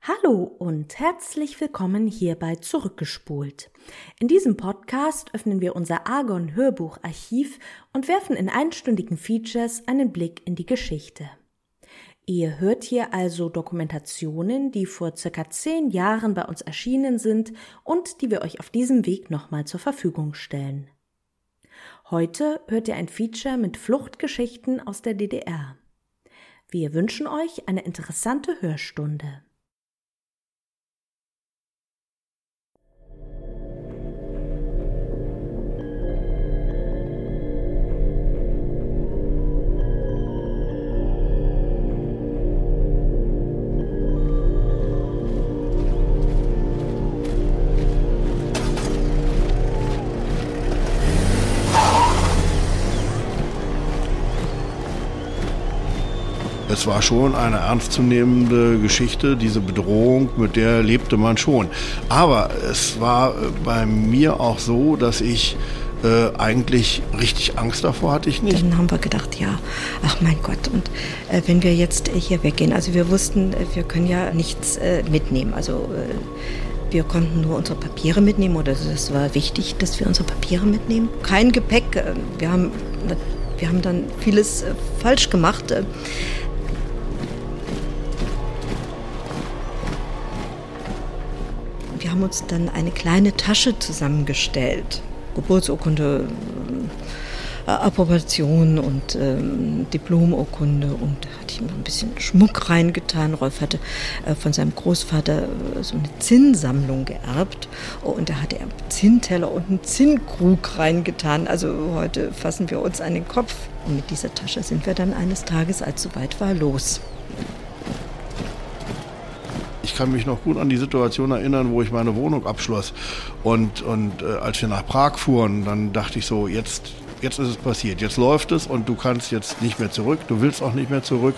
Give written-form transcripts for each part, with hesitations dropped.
Hallo und herzlich willkommen hier bei Zurückgespult. In diesem Podcast öffnen wir unser Argon-Hörbucharchiv und werfen in einstündigen Features einen Blick in die Geschichte. Ihr hört hier also Dokumentationen, die vor ca. 10 Jahren bei uns erschienen sind und die wir euch auf diesem Weg nochmal zur Verfügung stellen. Heute hört ihr ein Feature mit Fluchtgeschichten aus der DDR. Wir wünschen euch eine interessante Hörstunde. Es war schon eine ernstzunehmende Geschichte, diese Bedrohung, mit der lebte man schon. Aber es war bei mir auch so, dass ich eigentlich richtig Angst davor hatte ich nicht. Dann haben wir gedacht, ja, ach mein Gott, und wenn wir jetzt hier weggehen, also wir wussten, wir können ja nichts mitnehmen, also wir konnten nur unsere Papiere mitnehmen, oder es war wichtig, dass wir unsere Papiere mitnehmen. Kein Gepäck, wir haben dann vieles falsch gemacht. Wir haben uns dann eine kleine Tasche zusammengestellt. Geburtsurkunde, Approbation und Diplomurkunde, und da hatte ich mir ein bisschen Schmuck reingetan. Rolf hatte von seinem Großvater so eine Zinnsammlung geerbt, und da hatte er Zinnteller und einen Zinnkrug reingetan. Also heute fassen wir uns an den Kopf. Und mit dieser Tasche sind wir dann eines Tages, als es soweit war, los. Ich kann mich noch gut an die Situation erinnern, wo ich meine Wohnung abschloss. Und als wir nach Prag fuhren, dann dachte ich so, jetzt ist es passiert, jetzt läuft es und du kannst jetzt nicht mehr zurück, du willst auch nicht mehr zurück.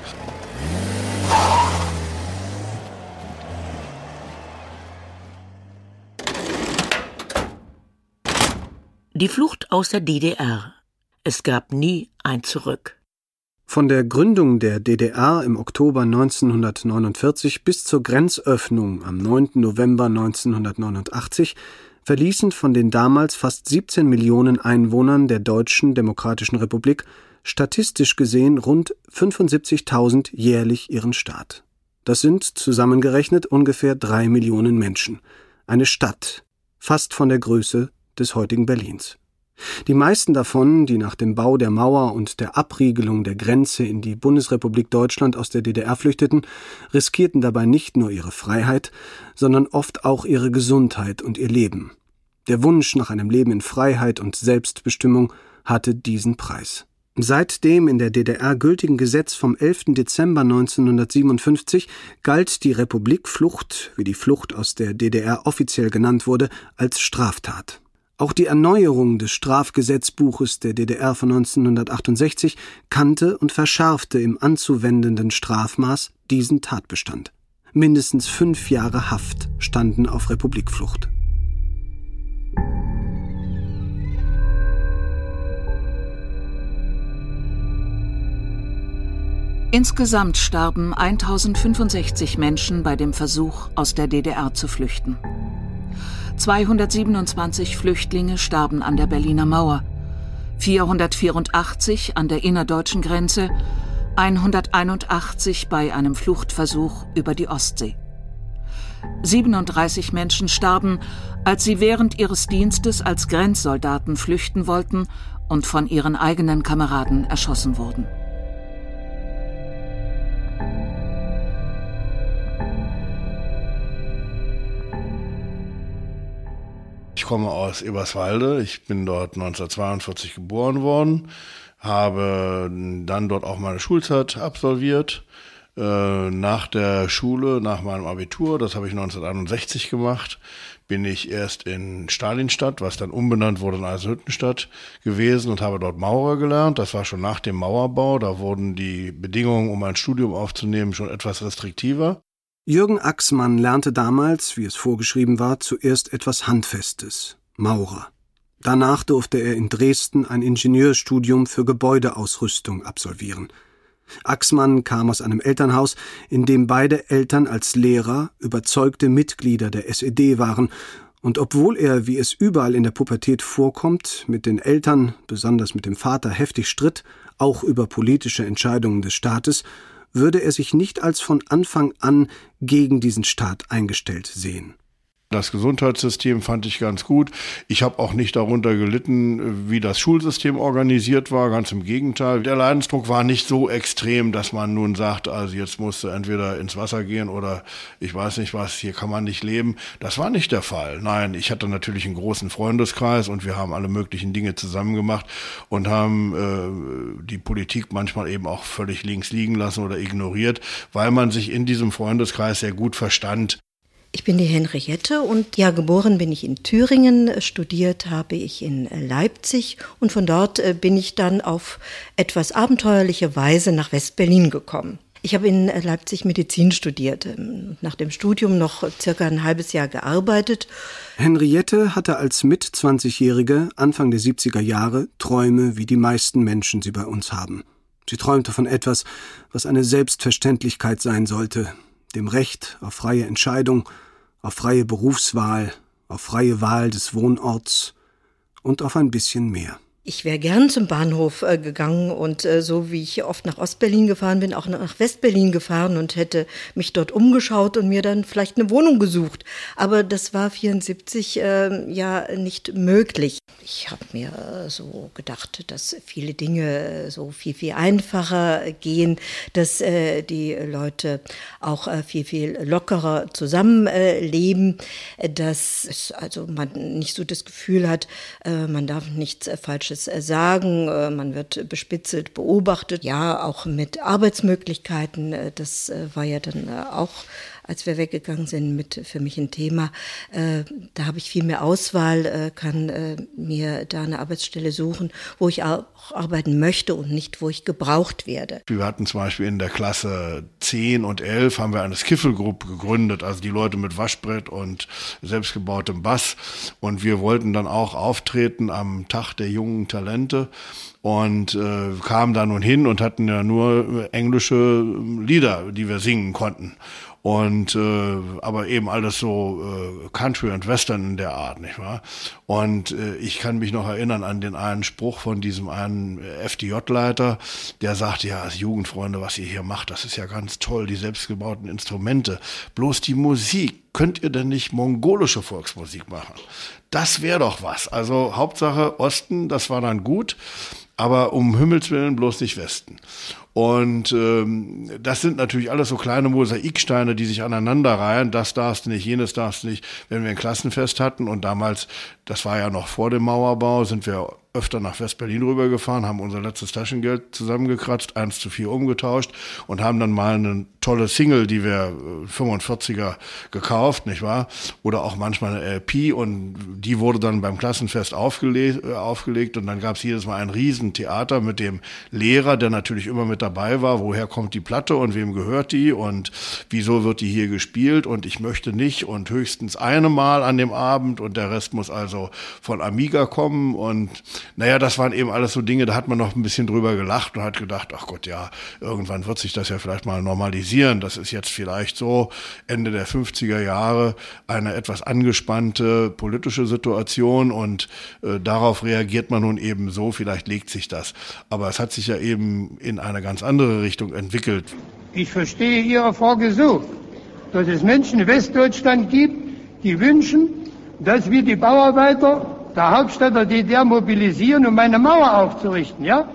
Die Flucht aus der DDR. Es gab nie ein Zurück. Von der Gründung der DDR im Oktober 1949 bis zur Grenzöffnung am 9. November 1989 verließen von den damals fast 17 Millionen Einwohnern der Deutschen Demokratischen Republik statistisch gesehen rund 75.000 jährlich ihren Staat. Das sind zusammengerechnet ungefähr 3 Millionen Menschen. Eine Stadt, fast von der Größe des heutigen Berlins. Die meisten davon, die nach dem Bau der Mauer und der Abriegelung der Grenze in die Bundesrepublik Deutschland aus der DDR flüchteten, riskierten dabei nicht nur ihre Freiheit, sondern oft auch ihre Gesundheit und ihr Leben. Der Wunsch nach einem Leben in Freiheit und Selbstbestimmung hatte diesen Preis. Seit dem in der DDR gültigen Gesetz vom 11. Dezember 1957 galt die Republikflucht, wie die Flucht aus der DDR offiziell genannt wurde, als Straftat. Auch die Erneuerung des Strafgesetzbuches der DDR von 1968 kannte und verschärfte im anzuwendenden Strafmaß diesen Tatbestand. Mindestens 5 Jahre Haft standen auf Republikflucht. Insgesamt starben 1065 Menschen bei dem Versuch, aus der DDR zu flüchten. 227 Flüchtlinge starben an der Berliner Mauer, 484 an der innerdeutschen Grenze, 181 bei einem Fluchtversuch über die Ostsee. 37 Menschen starben, als sie während ihres Dienstes als Grenzsoldaten flüchten wollten und von ihren eigenen Kameraden erschossen wurden. Ich komme aus Eberswalde, ich bin dort 1942 geboren worden, habe dann dort auch meine Schulzeit absolviert. Nach der Schule, nach meinem Abitur, das habe ich 1961 gemacht, bin ich erst in Stalinstadt, was dann umbenannt wurde in Eisenhüttenstadt, gewesen und habe dort Maurer gelernt. Das war schon nach dem Mauerbau, da wurden die Bedingungen, um ein Studium aufzunehmen, schon etwas restriktiver. Jürgen Axmann lernte damals, wie es vorgeschrieben war, zuerst etwas Handfestes, Maurer. Danach durfte er in Dresden ein Ingenieurstudium für Gebäudeausrüstung absolvieren. Axmann kam aus einem Elternhaus, in dem beide Eltern als Lehrer überzeugte Mitglieder der SED waren. Und obwohl er, wie es überall in der Pubertät vorkommt, mit den Eltern, besonders mit dem Vater, heftig stritt, auch über politische Entscheidungen des Staates, würde er sich nicht als von Anfang an gegen diesen Staat eingestellt sehen. Das Gesundheitssystem fand ich ganz gut. Ich habe auch nicht darunter gelitten, wie das Schulsystem organisiert war. Ganz im Gegenteil. Der Leidensdruck war nicht so extrem, dass man nun sagt, also jetzt musst du entweder ins Wasser gehen oder ich weiß nicht was, hier kann man nicht leben. Das war nicht der Fall. Nein, ich hatte natürlich einen großen Freundeskreis und wir haben alle möglichen Dinge zusammen gemacht und haben die Politik manchmal eben auch völlig links liegen lassen oder ignoriert, weil man sich in diesem Freundeskreis sehr gut verstand. Ich bin die Henriette und ja, geboren bin ich in Thüringen, studiert habe ich in Leipzig und von dort bin ich dann auf etwas abenteuerliche Weise nach West-Berlin gekommen. Ich habe in Leipzig Medizin studiert, nach dem Studium noch circa ein halbes Jahr gearbeitet. Henriette hatte als Mit-20-Jährige Anfang der 70er Jahre Träume, wie die meisten Menschen sie bei uns haben. Sie träumte von etwas, was eine Selbstverständlichkeit sein sollte, dem Recht auf freie Entscheidung, auf freie Berufswahl, auf freie Wahl des Wohnorts und auf ein bisschen mehr. Ich wäre gern zum Bahnhof gegangen und so wie ich oft nach Ostberlin gefahren bin, auch nach Westberlin gefahren und hätte mich dort umgeschaut und mir dann vielleicht eine Wohnung gesucht. Aber das war 1974 ja nicht möglich. Ich habe mir so gedacht, dass viele Dinge so viel, viel einfacher gehen, dass die Leute auch viel, viel lockerer zusammenleben, dass also man nicht so das Gefühl hat, man darf nichts Falsches sagen, man wird bespitzelt, beobachtet, ja, auch mit Arbeitsmöglichkeiten, das war ja dann auch, als wir weggegangen sind, für mich ein Thema. Da habe ich viel mehr Auswahl, kann mir da eine Arbeitsstelle suchen, wo ich auch arbeiten möchte und nicht, wo ich gebraucht werde. Wir hatten zum Beispiel in der Klasse 10 und 11 haben wir eine Skiffelgruppe gegründet, also die Leute mit Waschbrett und selbstgebautem Bass. Und wir wollten dann auch auftreten am Tag der jungen Talente und kamen da nun hin und hatten ja nur englische Lieder, die wir singen konnten. Und aber eben alles so Country und Western in der Art, nicht wahr? Und ich kann mich noch erinnern an den einen Spruch von diesem einen FDJ-Leiter, der sagte, ja, als Jugendfreunde, was ihr hier macht, das ist ja ganz toll, die selbstgebauten Instrumente. Bloß die Musik, könnt ihr denn nicht mongolische Volksmusik machen? Das wäre doch was. Also Hauptsache Osten, das war dann gut, aber um Himmels Willen bloß nicht Westen. Und das sind natürlich alles so kleine Mosaiksteine, die sich aneinanderreihen. Das darfst du nicht, jenes darfst du nicht. Wenn wir ein Klassenfest hatten und damals, das war ja noch vor dem Mauerbau, sind wir öfter nach West-Berlin rübergefahren, haben unser letztes Taschengeld zusammengekratzt, 1:4 umgetauscht und haben dann mal eine tolle Single, die wir 45er gekauft, nicht wahr? Oder auch manchmal eine LP und die wurde dann beim Klassenfest aufgelegt und dann gab es jedes Mal ein Riesentheater mit dem Lehrer, der natürlich immer mit dabei war, woher kommt die Platte und wem gehört die und wieso wird die hier gespielt und ich möchte nicht und höchstens eine Mal an dem Abend und der Rest muss also von Amiga kommen und naja, das waren eben alles so Dinge, da hat man noch ein bisschen drüber gelacht und hat gedacht, ach Gott, ja, irgendwann wird sich das ja vielleicht mal normalisieren. Das ist jetzt vielleicht so Ende der 50er Jahre eine etwas angespannte politische Situation und darauf reagiert man nun eben so, vielleicht legt sich das. Aber es hat sich ja eben in eine ganz andere Richtung entwickelt. Ich verstehe Ihre Frage so, dass es Menschen in Westdeutschland gibt, die wünschen, dass wir die Bauarbeiter der Hauptstadt der DDR mobilisieren, um eine Mauer aufzurichten, ja?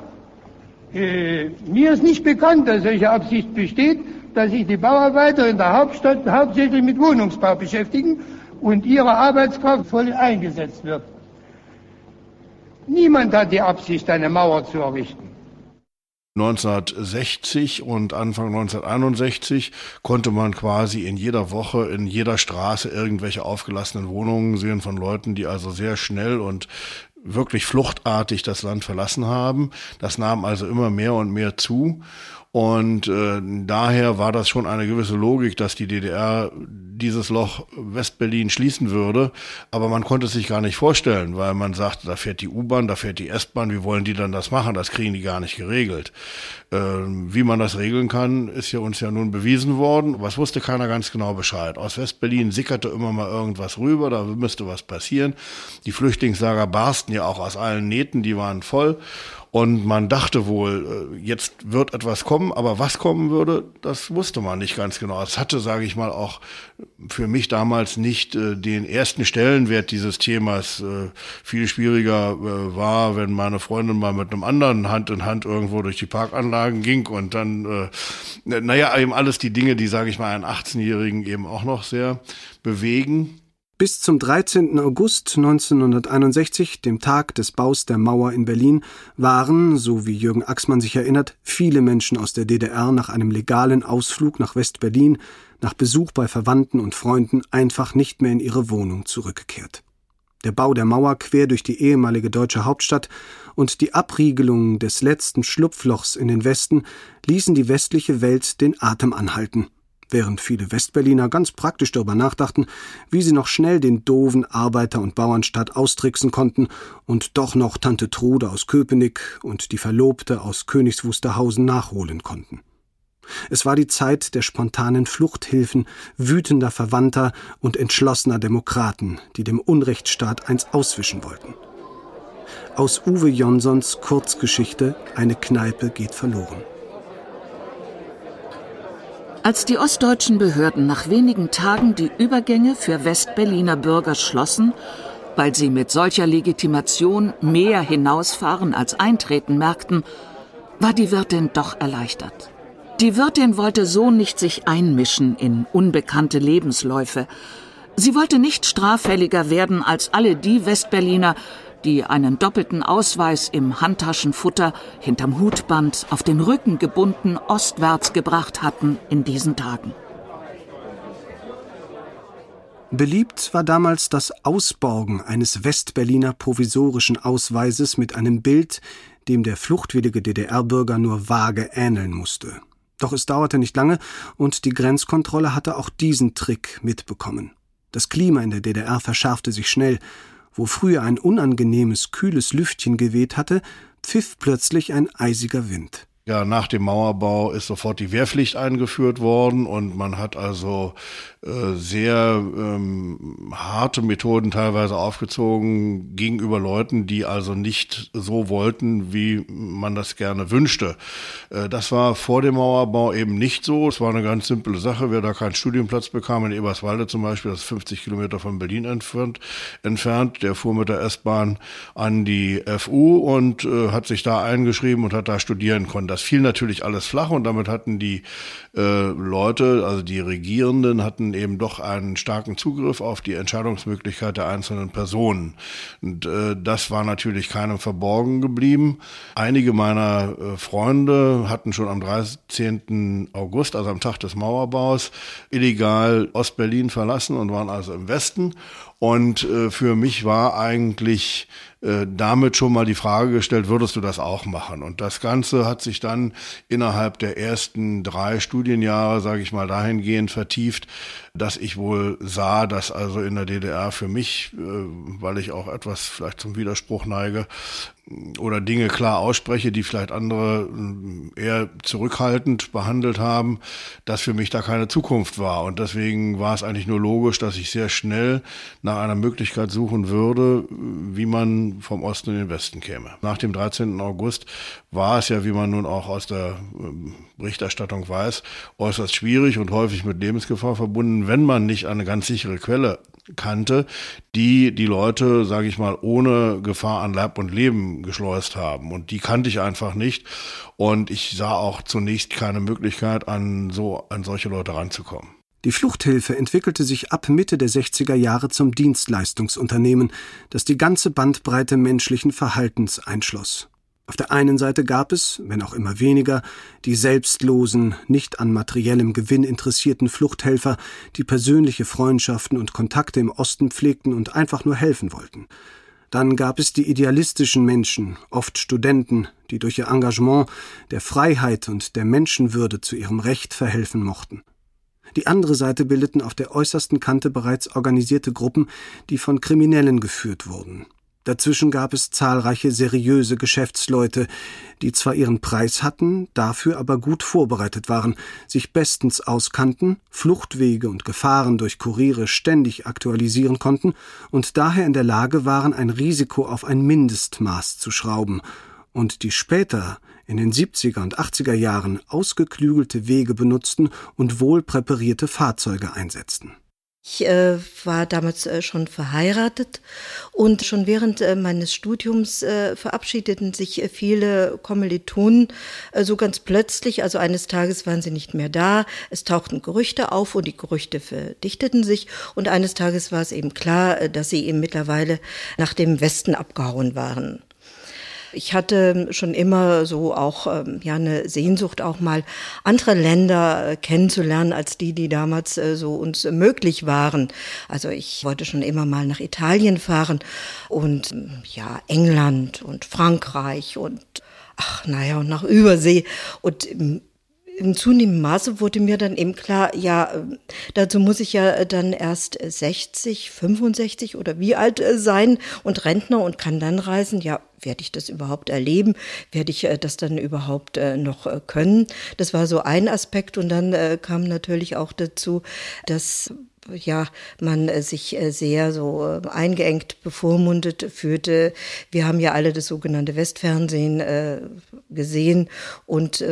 Mir ist nicht bekannt, dass solche Absicht besteht, dass sich die Bauarbeiter in der Hauptstadt hauptsächlich mit Wohnungsbau beschäftigen und ihre Arbeitskraft voll eingesetzt wird. Niemand hat die Absicht, eine Mauer zu errichten. 1960 und Anfang 1961 konnte man quasi in jeder Woche, in jeder Straße irgendwelche aufgelassenen Wohnungen sehen von Leuten, die also sehr schnell und wirklich fluchtartig das Land verlassen haben. Das nahm also immer mehr und mehr zu. Und daher war das schon eine gewisse Logik, dass die DDR dieses Loch Westberlin schließen würde. Aber man konnte es sich gar nicht vorstellen, weil man sagte, da fährt die U-Bahn, da fährt die S-Bahn, wie wollen die dann das machen? Das kriegen die gar nicht geregelt. Wie man das regeln kann, ist ja uns ja nun bewiesen worden. Was wusste keiner ganz genau Bescheid. Aus Westberlin sickerte immer mal irgendwas rüber, da müsste was passieren. Die Flüchtlingslager barsten ja auch aus allen Nähten, die waren voll. Und man dachte wohl, jetzt wird etwas kommen, aber was kommen würde, das wusste man nicht ganz genau. Es hatte, sage ich mal, auch für mich damals nicht den ersten Stellenwert dieses Themas. Viel schwieriger war, wenn meine Freundin mal mit einem anderen Hand in Hand irgendwo durch die Parkanlagen ging und dann, eben alles die Dinge, die, sage ich mal, einen 18-Jährigen eben auch noch sehr bewegen. Bis zum 13. August 1961, dem Tag des Baus der Mauer in Berlin, waren, so wie Jürgen Axmann sich erinnert, viele Menschen aus der DDR nach einem legalen Ausflug nach West-Berlin, nach Besuch bei Verwandten und Freunden einfach nicht mehr in ihre Wohnung zurückgekehrt. Der Bau der Mauer quer durch die ehemalige deutsche Hauptstadt und die Abriegelung des letzten Schlupflochs in den Westen ließen die westliche Welt den Atem anhalten. Während viele Westberliner ganz praktisch darüber nachdachten, wie sie noch schnell den doofen Arbeiter- und Bauernstaat austricksen konnten und doch noch Tante Trude aus Köpenick und die Verlobte aus Königs Wusterhausen nachholen konnten. Es war die Zeit der spontanen Fluchthilfen, wütender Verwandter und entschlossener Demokraten, die dem Unrechtsstaat eins auswischen wollten. Aus Uwe Jonsons Kurzgeschichte »Eine Kneipe geht verloren«. Als die ostdeutschen Behörden nach wenigen Tagen die Übergänge für Westberliner Bürger schlossen, weil sie mit solcher Legitimation mehr hinausfahren als eintreten merkten, war die Wirtin doch erleichtert. Die Wirtin wollte so nicht sich einmischen in unbekannte Lebensläufe. Sie wollte nicht straffälliger werden als alle die Westberliner, die einen doppelten Ausweis im Handtaschenfutter, hinterm Hutband, auf den Rücken gebunden, ostwärts gebracht hatten in diesen Tagen. Beliebt war damals das Ausborgen eines Westberliner provisorischen Ausweises mit einem Bild, dem der fluchtwillige DDR-Bürger nur vage ähneln musste. Doch es dauerte nicht lange und die Grenzkontrolle hatte auch diesen Trick mitbekommen. Das Klima in der DDR verschärfte sich schnell. Wo früher ein unangenehmes, kühles Lüftchen geweht hatte, pfiff plötzlich ein eisiger Wind. Ja, nach dem Mauerbau ist sofort die Wehrpflicht eingeführt worden und man hat also sehr harte Methoden teilweise aufgezogen gegenüber Leuten, die also nicht so wollten, wie man das gerne wünschte. Das war vor dem Mauerbau eben nicht so. Es war eine ganz simple Sache. Wer da keinen Studienplatz bekam, in Eberswalde zum Beispiel, das ist 50 Kilometer von Berlin entfernt, der fuhr mit der S-Bahn an die FU und hat sich da eingeschrieben und hat da studieren können. Das fiel natürlich alles flach und damit hatten die Leute, also die Regierenden, hatten eben doch einen starken Zugriff auf die Entscheidungsmöglichkeit der einzelnen Personen. Und das war natürlich keinem verborgen geblieben. Einige meiner Freunde hatten schon am 13. August, also am Tag des Mauerbaus, illegal Ostberlin verlassen und waren also im Westen. Und für mich war eigentlich damit schon mal die Frage gestellt, würdest du das auch machen? Und das Ganze hat sich dann innerhalb der ersten 3 Studienjahre, sage ich mal, dahingehend vertieft, dass ich wohl sah, dass also in der DDR für mich, weil ich auch etwas vielleicht zum Widerspruch neige oder Dinge klar ausspreche, die vielleicht andere eher zurückhaltend behandelt haben, dass für mich da keine Zukunft war. Und deswegen war es eigentlich nur logisch, dass ich sehr schnell nach einer Möglichkeit suchen würde, wie man vom Osten in den Westen käme. Nach dem 13. August war es ja, wie man nun auch aus der Berichterstattung weiß, äußerst schwierig und häufig mit Lebensgefahr verbunden, wenn man nicht eine ganz sichere Quelle kannte, die Leute, sage ich mal, ohne Gefahr an Leib und Leben geschleust haben. Und die kannte ich einfach nicht. Und ich sah auch zunächst keine Möglichkeit, an solche Leute ranzukommen. Die Fluchthilfe entwickelte sich ab Mitte der 60er Jahre zum Dienstleistungsunternehmen, das die ganze Bandbreite menschlichen Verhaltens einschloss. Auf der einen Seite gab es, wenn auch immer weniger, die selbstlosen, nicht an materiellem Gewinn interessierten Fluchthelfer, die persönliche Freundschaften und Kontakte im Osten pflegten und einfach nur helfen wollten. Dann gab es die idealistischen Menschen, oft Studenten, die durch ihr Engagement der Freiheit und der Menschenwürde zu ihrem Recht verhelfen mochten. Die andere Seite bildeten auf der äußersten Kante bereits organisierte Gruppen, die von Kriminellen geführt wurden. Dazwischen gab es zahlreiche seriöse Geschäftsleute, die zwar ihren Preis hatten, dafür aber gut vorbereitet waren, sich bestens auskannten, Fluchtwege und Gefahren durch Kuriere ständig aktualisieren konnten und daher in der Lage waren, ein Risiko auf ein Mindestmaß zu schrauben und die später in den 70er und 80er Jahren ausgeklügelte Wege benutzten und wohl präparierte Fahrzeuge einsetzten. Ich war damals schon verheiratet und schon während meines Studiums verabschiedeten sich viele Kommilitonen so ganz plötzlich. Also eines Tages waren sie nicht mehr da, es tauchten Gerüchte auf und die Gerüchte verdichteten sich und eines Tages war es eben klar, dass sie eben mittlerweile nach dem Westen abgehauen waren. Ich hatte schon immer so auch eine Sehnsucht, auch mal andere Länder kennenzulernen, als die damals so uns möglich waren. Also ich wollte schon immer mal nach Italien fahren und England und Frankreich und und nach Übersee. Und in zunehmendem Maße wurde mir dann eben klar, dazu muss ich ja dann erst 60, 65 oder wie alt sein und Rentner und kann dann reisen. Ja, werde ich das überhaupt erleben? Werde ich das dann überhaupt noch können? Das war so ein Aspekt und dann kam natürlich auch dazu, dass man sich sehr so eingeengt bevormundet fühlte. Wir haben ja alle das sogenannte Westfernsehen gesehen und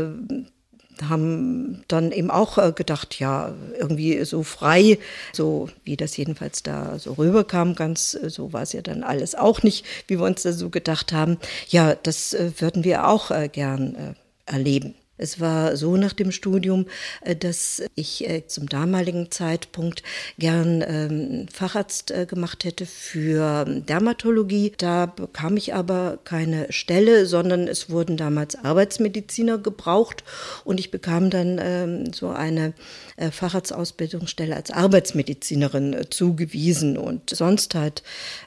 haben dann eben auch gedacht, irgendwie so frei, so wie das jedenfalls da so rüberkam, ganz so war es ja dann alles auch nicht, wie wir uns da so gedacht haben. Ja, das würden wir auch gern erleben. Es war so nach dem Studium, dass ich zum damaligen Zeitpunkt gern Facharzt gemacht hätte für Dermatologie. Da bekam ich aber keine Stelle, sondern es wurden damals Arbeitsmediziner gebraucht und ich bekam dann so eine Facharztausbildungsstelle als Arbeitsmedizinerin zugewiesen und sonst halt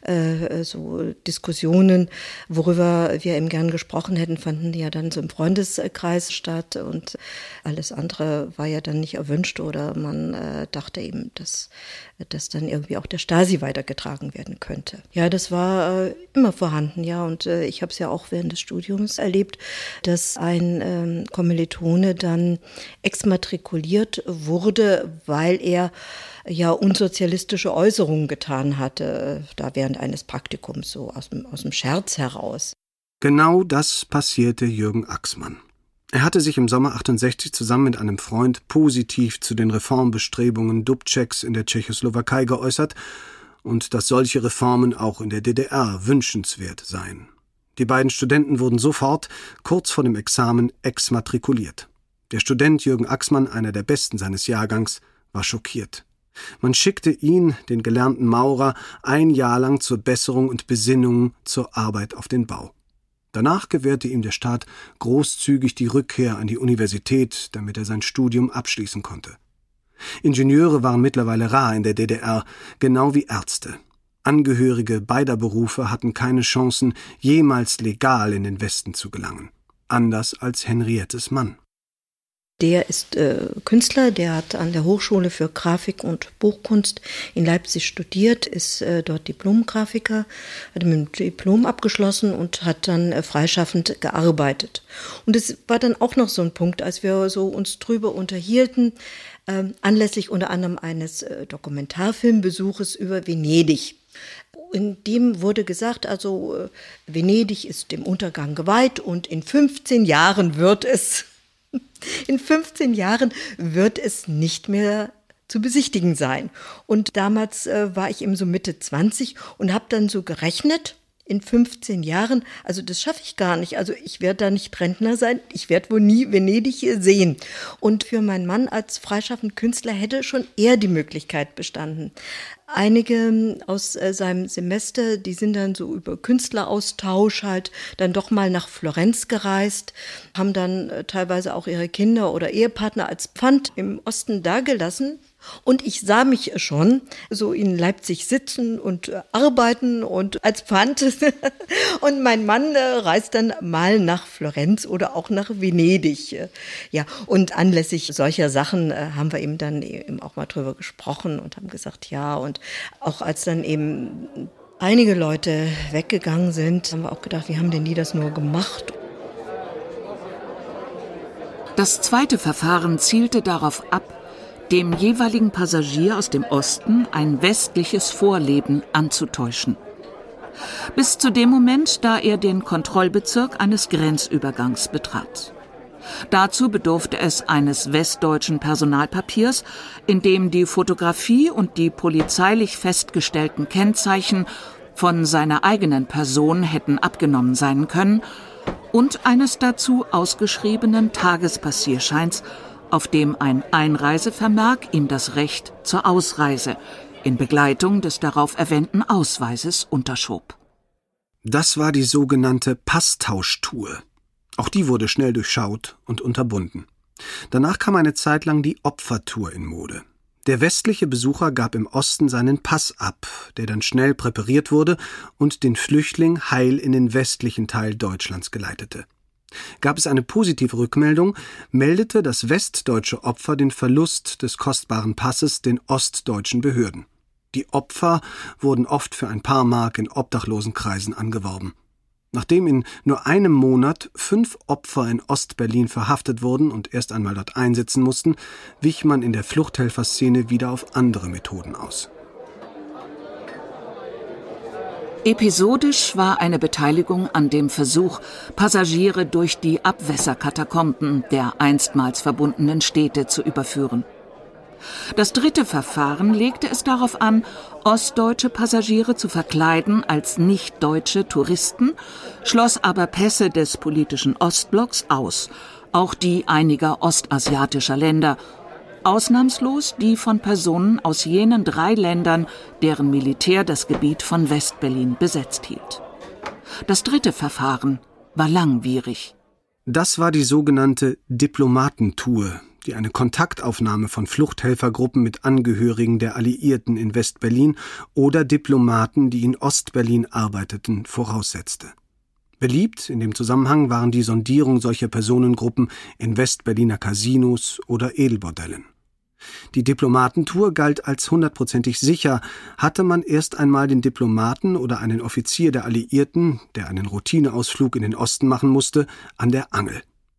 so Diskussionen, worüber wir eben gern gesprochen hätten, fanden ja dann so im Freundeskreis statt. Und alles andere war ja dann nicht erwünscht oder man dachte eben, dass das dann irgendwie auch der Stasi weitergetragen werden könnte. Ja, das war immer vorhanden, ja. Und ich habe es ja auch während des Studiums erlebt, dass ein Kommilitone dann exmatrikuliert wurde, weil er unsozialistische Äußerungen getan hatte, da während eines Praktikums, so aus dem Scherz heraus. Genau das passierte Jürgen Axmann. Er hatte sich im Sommer 68 zusammen mit einem Freund positiv zu den Reformbestrebungen Dubčeks in der Tschechoslowakei geäußert und dass solche Reformen auch in der DDR wünschenswert seien. Die beiden Studenten wurden sofort, kurz vor dem Examen, exmatrikuliert. Der Student Jürgen Axmann, einer der besten seines Jahrgangs, war schockiert. Man schickte ihn, den gelernten Maurer, ein Jahr lang zur Besserung und Besinnung zur Arbeit auf den Bau. Danach gewährte ihm der Staat großzügig die Rückkehr an die Universität, damit er sein Studium abschließen konnte. Ingenieure waren mittlerweile rar in der DDR, genau wie Ärzte. Angehörige beider Berufe hatten keine Chancen, jemals legal in den Westen zu gelangen. Anders als Henriettes Mann. Der ist Künstler, der hat an der Hochschule für Grafik und Buchkunst in Leipzig studiert, ist dort Diplomgrafiker, hat mit dem Diplom abgeschlossen und hat dann freischaffend gearbeitet. Und es war dann auch noch so ein Punkt, als wir so uns drüber unterhielten, anlässlich unter anderem eines Dokumentarfilmbesuches über Venedig. In dem wurde gesagt, also Venedig ist dem Untergang geweiht und in 15 Jahren wird es nicht mehr zu besichtigen sein. Und damals war ich eben so Mitte 20 und habe dann so gerechnet, in 15 Jahren, also das schaffe ich gar nicht. Also ich werde da nicht Rentner sein, ich werde wohl nie Venedig sehen. Und für meinen Mann als freischaffender Künstler hätte schon eher die Möglichkeit bestanden. Einige aus seinem Semester, die sind dann so über Künstleraustausch halt dann doch mal nach Florenz gereist, haben dann teilweise auch ihre Kinder oder Ehepartner als Pfand im Osten dagelassen. Und ich sah mich schon so in Leipzig sitzen und arbeiten und als Pfand. Und mein Mann reist dann mal nach Florenz oder auch nach Venedig. Ja, und anlässlich solcher Sachen haben wir eben dann eben auch mal drüber gesprochen und haben gesagt, ja. Und auch als dann eben einige Leute weggegangen sind, haben wir auch gedacht, wie haben denn die das nur gemacht? Das zweite Verfahren zielte darauf ab, dem jeweiligen Passagier aus dem Osten ein westliches Vorleben anzutäuschen. Bis zu dem Moment, da er den Kontrollbezirk eines Grenzübergangs betrat. Dazu bedurfte es eines westdeutschen Personalpapiers, in dem die Fotografie und die polizeilich festgestellten Kennzeichen von seiner eigenen Person hätten abgenommen sein können, und eines dazu ausgeschriebenen Tagespassierscheins, auf dem ein Einreisevermerk ihm das Recht zur Ausreise in Begleitung des darauf erwähnten Ausweises unterschob. Das war die sogenannte Passtauschtour. Auch die wurde schnell durchschaut und unterbunden. Danach kam eine Zeit lang die Opfertour in Mode. Der westliche Besucher gab im Osten seinen Pass ab, der dann schnell präpariert wurde und den Flüchtling heil in den westlichen Teil Deutschlands geleitete. Gab es eine positive Rückmeldung, meldete das westdeutsche Opfer den Verlust des kostbaren Passes den ostdeutschen Behörden. Die Opfer wurden oft für ein paar Mark in Obdachlosenkreisen angeworben. Nachdem in nur einem Monat 5 Opfer in Ostberlin verhaftet wurden und erst einmal dort einsitzen mussten, wich man in der Fluchthelferszene wieder auf andere Methoden aus. Episodisch war eine Beteiligung an dem Versuch, Passagiere durch die Abwässerkatakomben der einstmals verbundenen Städte zu überführen. Das dritte Verfahren legte es darauf an, ostdeutsche Passagiere zu verkleiden als nicht-deutsche Touristen, schloss aber Pässe des politischen Ostblocks aus, auch die einiger ostasiatischer Länder, ausnahmslos die von Personen aus jenen 3 Ländern, deren Militär das Gebiet von Westberlin besetzt hielt. Das dritte Verfahren war langwierig. Das war die sogenannte Diplomatentour, die eine Kontaktaufnahme von Fluchthelfergruppen mit Angehörigen der Alliierten in Westberlin oder Diplomaten, die in Ostberlin arbeiteten, voraussetzte. Beliebt in dem Zusammenhang waren die Sondierung solcher Personengruppen in Westberliner Casinos oder Edelbordellen. Die Diplomatentour galt als 100%ig sicher, hatte man erst einmal den Diplomaten oder einen Offizier der Alliierten, der einen Routineausflug in den Osten machen musste, an der Angel.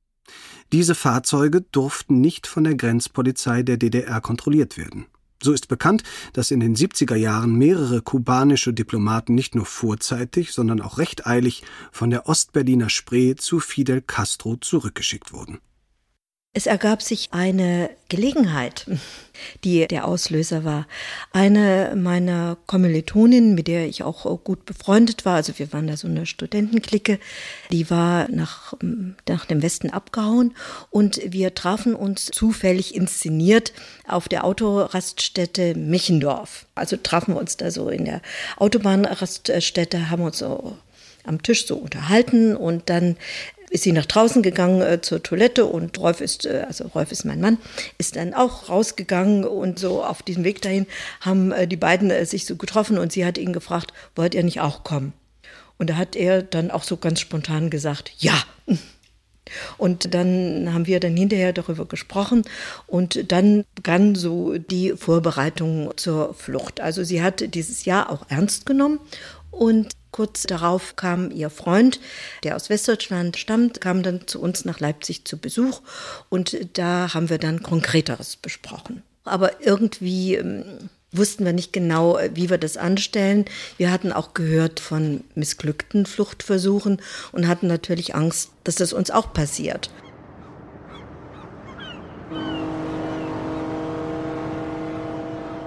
Diese Fahrzeuge durften nicht von der Grenzpolizei der DDR kontrolliert werden. So ist bekannt, dass in den 70er Jahren mehrere kubanische Diplomaten nicht nur vorzeitig, sondern auch recht eilig von der Ostberliner Spree zu Fidel Castro zurückgeschickt wurden. Es ergab sich eine Gelegenheit, die der Auslöser war. Eine meiner Kommilitoninnen, mit der ich auch gut befreundet war, also wir waren da so eine Studentenklicke, die war nach dem Westen abgehauen und wir trafen uns zufällig inszeniert auf der Autoraststätte Michendorf. Also trafen wir uns da so in der Autobahnraststätte, haben uns so am Tisch so unterhalten und dann ist sie nach draußen gegangen zur Toilette und Rolf ist mein Mann, ist dann auch rausgegangen und so auf diesem Weg dahin haben die beiden sich so getroffen und sie hat ihn gefragt, wollt ihr nicht auch kommen? Und da hat er dann auch so ganz spontan gesagt, ja. Und dann haben wir dann hinterher darüber gesprochen und dann begann so die Vorbereitung zur Flucht. Also sie hat dieses Jahr auch ernst genommen und kurz darauf kam ihr Freund, der aus Westdeutschland stammt, kam dann zu uns nach Leipzig zu Besuch und da haben wir dann Konkreteres besprochen. Aber irgendwie wussten wir nicht genau, wie wir das anstellen. Wir hatten auch gehört von missglückten Fluchtversuchen und hatten natürlich Angst, dass das uns auch passiert.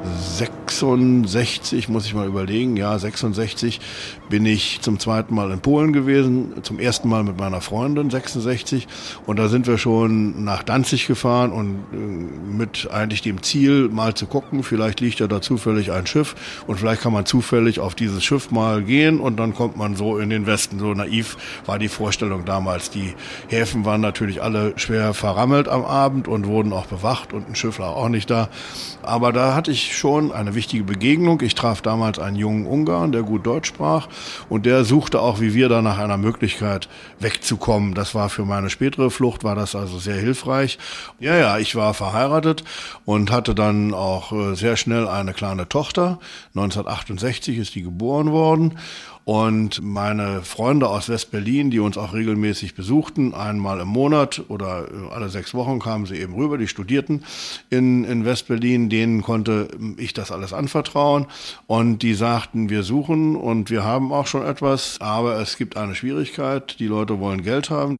66, muss ich mal überlegen, ja, 66 bin ich zum zweiten Mal in Polen gewesen, zum ersten Mal mit meiner Freundin, 66. Und da sind wir schon nach Danzig gefahren und mit eigentlich dem Ziel, mal zu gucken, vielleicht liegt ja da zufällig ein Schiff und vielleicht kann man zufällig auf dieses Schiff mal gehen und dann kommt man so in den Westen. So naiv war die Vorstellung damals. Die Häfen waren natürlich alle schwer verrammelt am Abend und wurden auch bewacht und ein Schiff lag auch nicht da. Aber da hatte ich schon eine wichtige Begegnung. Ich traf damals einen jungen Ungarn, der gut Deutsch sprach und der suchte auch, wie wir da, nach einer Möglichkeit wegzukommen. Das war für meine spätere Flucht, war das also sehr hilfreich. Ja, ich war verheiratet und hatte dann auch sehr schnell eine kleine Tochter. 1968 ist die geboren worden. Und meine Freunde aus West-Berlin, die uns auch regelmäßig besuchten, einmal im Monat oder alle 6 Wochen kamen sie eben rüber, die studierten in West-Berlin, denen konnte ich das alles anvertrauen. Und die sagten, wir suchen und wir haben auch schon etwas, aber es gibt eine Schwierigkeit, die Leute wollen Geld haben.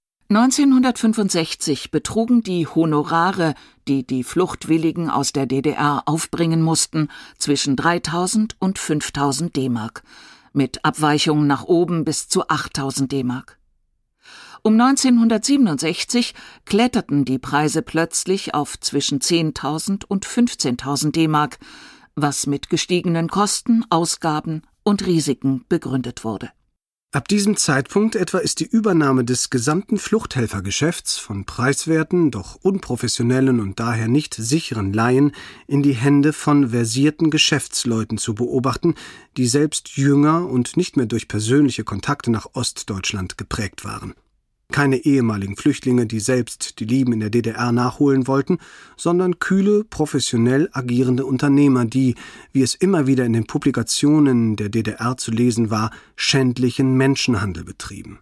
1965 betrugen die Honorare, die die Fluchtwilligen aus der DDR aufbringen mussten, zwischen 3.000 und 5.000 D-Mark. Mit Abweichungen nach oben bis zu 8.000 D-Mark. Um 1967 kletterten die Preise plötzlich auf zwischen 10.000 und 15.000 D-Mark, was mit gestiegenen Kosten, Ausgaben und Risiken begründet wurde. Ab diesem Zeitpunkt etwa ist die Übernahme des gesamten Fluchthelfergeschäfts von preiswerten, doch unprofessionellen und daher nicht sicheren Laien in die Hände von versierten Geschäftsleuten zu beobachten, die selbst jünger und nicht mehr durch persönliche Kontakte nach Ostdeutschland geprägt waren. Keine ehemaligen Flüchtlinge, die selbst die Lieben in der DDR nachholen wollten, sondern kühle, professionell agierende Unternehmer, die, wie es immer wieder in den Publikationen der DDR zu lesen war, schändlichen Menschenhandel betrieben.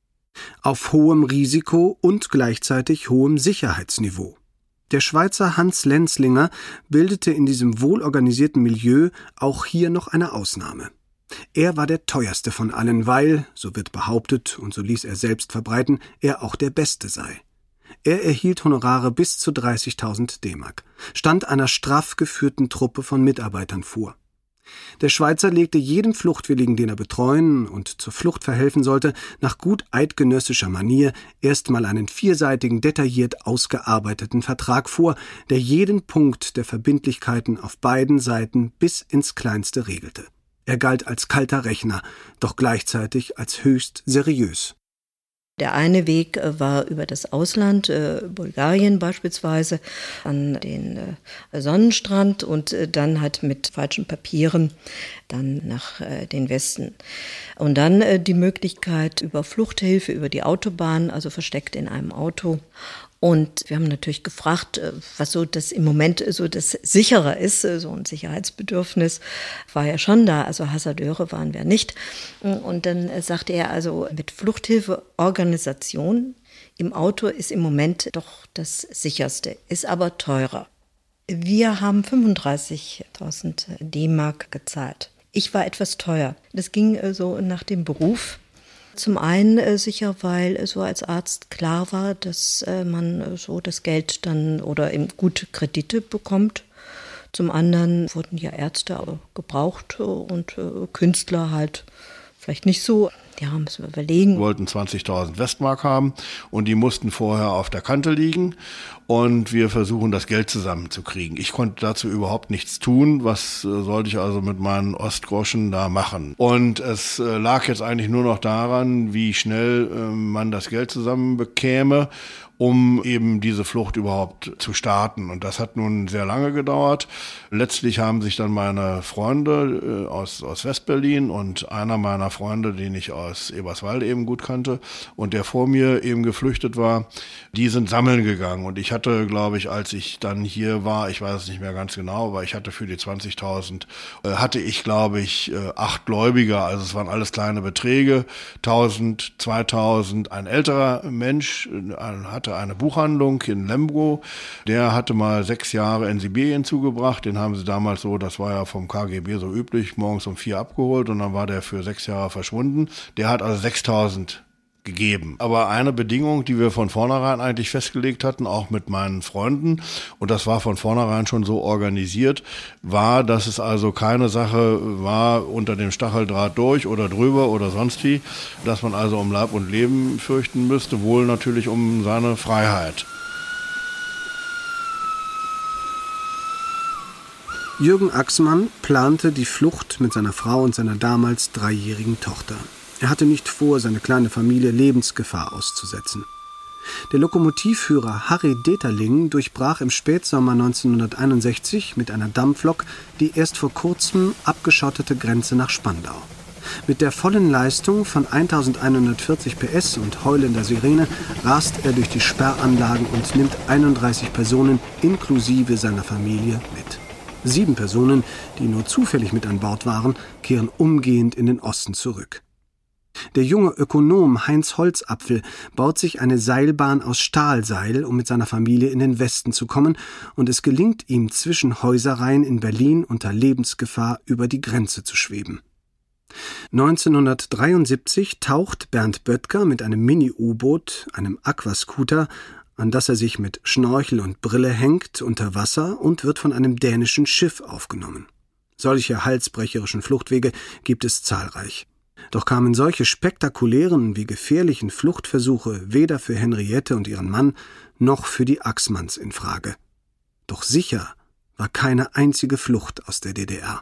Auf hohem Risiko und gleichzeitig hohem Sicherheitsniveau. Der Schweizer Hans Lenzlinger bildete in diesem wohlorganisierten Milieu auch hier noch eine Ausnahme. Er war der teuerste von allen, weil, so wird behauptet und so ließ er selbst verbreiten, er auch der Beste sei. Er erhielt Honorare bis zu 30.000 D-Mark, stand einer straff geführten Truppe von Mitarbeitern vor. Der Schweizer legte jedem Fluchtwilligen, den er betreuen und zur Flucht verhelfen sollte, nach gut eidgenössischer Manier erstmal einen 4-seitigen, detailliert ausgearbeiteten Vertrag vor, der jeden Punkt der Verbindlichkeiten auf beiden Seiten bis ins Kleinste regelte. Er galt als kalter Rechner, doch gleichzeitig als höchst seriös. Der eine Weg war über das Ausland, Bulgarien beispielsweise, an den Sonnenstrand und dann halt mit falschen Papieren dann nach den Westen. Und dann die Möglichkeit über Fluchthilfe, über die Autobahn, also versteckt in einem Auto. Und wir haben natürlich gefragt, was so das im Moment so das Sichere ist. So ein Sicherheitsbedürfnis war ja schon da, also Hasardeure waren wir nicht. Und dann sagte er, also mit Fluchthilfeorganisation im Auto ist im Moment doch das Sicherste, ist aber teurer. Wir haben 35.000 D-Mark gezahlt. Ich war etwas teuer. Das ging so nach dem Beruf. Zum einen sicher, weil so als Arzt klar war, dass man so das Geld dann oder eben gute Kredite bekommt. Zum anderen wurden ja Ärzte aber gebraucht und Künstler halt vielleicht nicht so. Ja, müssen wir überlegen. Wir wollten 20.000 Westmark haben und die mussten vorher auf der Kante liegen und wir versuchen, das Geld zusammenzukriegen. Ich konnte dazu überhaupt nichts tun. Was sollte ich also mit meinen Ostgroschen da machen? Und es lag jetzt eigentlich nur noch daran, wie schnell man das Geld zusammenbekäme, um eben diese Flucht überhaupt zu starten. Und das hat nun sehr lange gedauert. Letztlich haben sich dann meine Freunde aus West-Berlin und einer meiner Freunde, den ich aus Eberswalde eben gut kannte und der vor mir eben geflüchtet war, die sind sammeln gegangen. Und ich hatte, glaube ich, als ich dann hier war, ich weiß es nicht mehr ganz genau, aber ich hatte für die 20.000, hatte ich, glaube ich, 8 Gläubiger. Also es waren alles kleine Beträge, 1.000, 2.000. Ein älterer Mensch hatte eine Buchhandlung in Lemgo. Der hatte mal 6 Jahre in Sibirien zugebracht. Den haben sie damals so, das war ja vom KGB so üblich, morgens um 4 abgeholt und dann war der für 6 Jahre verschwunden. Der hat also 6.000 gegeben. Aber eine Bedingung, die wir von vornherein eigentlich festgelegt hatten, auch mit meinen Freunden, und das war von vornherein schon so organisiert, war, dass es also keine Sache war unter dem Stacheldraht durch oder drüber oder sonst wie, dass man also um Leib und Leben fürchten müsste, wohl natürlich um seine Freiheit. Jürgen Axmann plante die Flucht mit seiner Frau und seiner damals 3-jährigen Tochter. Er hatte nicht vor, seine kleine Familie Lebensgefahr auszusetzen. Der Lokomotivführer Harry Deterling durchbrach im Spätsommer 1961 mit einer Dampflok die erst vor kurzem abgeschottete Grenze nach Spandau. Mit der vollen Leistung von 1140 PS und heulender Sirene rast er durch die Sperranlagen und nimmt 31 Personen inklusive seiner Familie mit. 7 Personen, die nur zufällig mit an Bord waren, kehren umgehend in den Osten zurück. Der junge Ökonom Heinz Holzapfel baut sich eine Seilbahn aus Stahlseil, um mit seiner Familie in den Westen zu kommen, und es gelingt ihm, zwischen Häuserreihen in Berlin unter Lebensgefahr über die Grenze zu schweben. 1973 taucht Bernd Böttger mit einem Mini-U-Boot, einem Aquascooter, an das er sich mit Schnorchel und Brille hängt, unter Wasser und wird von einem dänischen Schiff aufgenommen. Solche halsbrecherischen Fluchtwege gibt es zahlreich. Doch kamen solche spektakulären wie gefährlichen Fluchtversuche weder für Henriette und ihren Mann noch für die Axmanns in Frage. Doch sicher war keine einzige Flucht aus der DDR.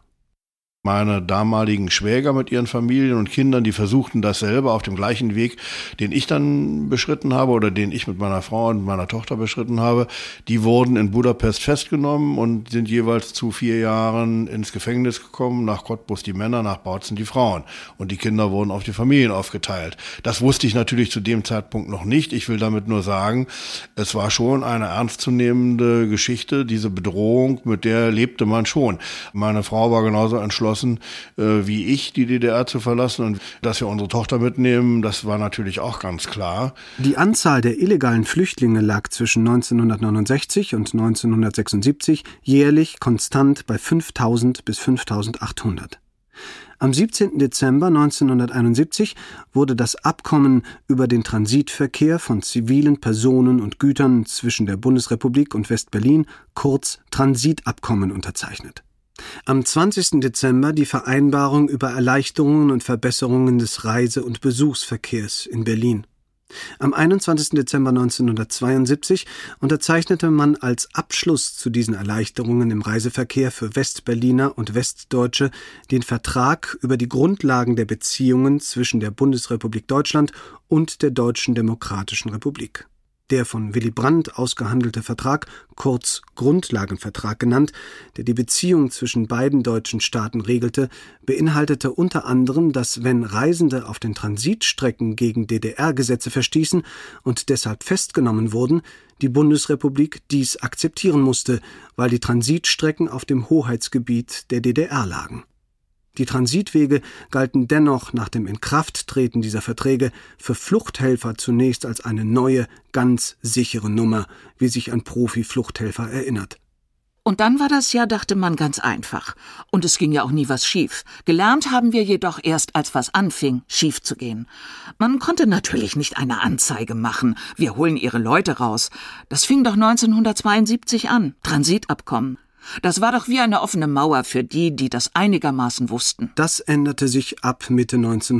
Meine damaligen Schwäger mit ihren Familien und Kindern, die versuchten dasselbe auf dem gleichen Weg, den ich dann beschritten habe oder den ich mit meiner Frau und meiner Tochter beschritten habe. Die wurden in Budapest festgenommen und sind jeweils zu 4 Jahren ins Gefängnis gekommen. Nach Cottbus die Männer, nach Bautzen die Frauen. Und die Kinder wurden auf die Familien aufgeteilt. Das wusste ich natürlich zu dem Zeitpunkt noch nicht. Ich will damit nur sagen, es war schon eine ernstzunehmende Geschichte. Diese Bedrohung, mit der lebte man schon. Meine Frau war genauso entschlossen wie ich, die DDR zu verlassen, und dass wir unsere Tochter mitnehmen, das war natürlich auch ganz klar. Die Anzahl der illegalen Flüchtlinge lag zwischen 1969 und 1976 jährlich konstant bei 5.000 bis 5.800. Am 17. Dezember 1971 wurde das Abkommen über den Transitverkehr von zivilen Personen und Gütern zwischen der Bundesrepublik und West-Berlin, kurz Transitabkommen, unterzeichnet. Am 20. Dezember die Vereinbarung über Erleichterungen und Verbesserungen des Reise- und Besuchsverkehrs in Berlin. Am 21. Dezember 1972 unterzeichnete man als Abschluss zu diesen Erleichterungen im Reiseverkehr für Westberliner und Westdeutsche den Vertrag über die Grundlagen der Beziehungen zwischen der Bundesrepublik Deutschland und der Deutschen Demokratischen Republik. Der von Willy Brandt ausgehandelte Vertrag, kurz Grundlagenvertrag genannt, der die Beziehung zwischen beiden deutschen Staaten regelte, beinhaltete unter anderem, dass wenn Reisende auf den Transitstrecken gegen DDR-Gesetze verstießen und deshalb festgenommen wurden, die Bundesrepublik dies akzeptieren musste, weil die Transitstrecken auf dem Hoheitsgebiet der DDR lagen. Die Transitwege galten dennoch nach dem Inkrafttreten dieser Verträge für Fluchthelfer zunächst als eine neue, ganz sichere Nummer, wie sich ein Profi-Fluchthelfer erinnert. Und dann war das ja, dachte man, ganz einfach. Und es ging ja auch nie was schief. Gelernt haben wir jedoch erst, als was anfing, schief zu gehen. Man konnte natürlich nicht eine Anzeige machen. Wir holen ihre Leute raus. Das fing doch 1972 an. Transitabkommen. Das war doch wie eine offene Mauer für die, die das einigermaßen wussten. Das änderte sich ab Mitte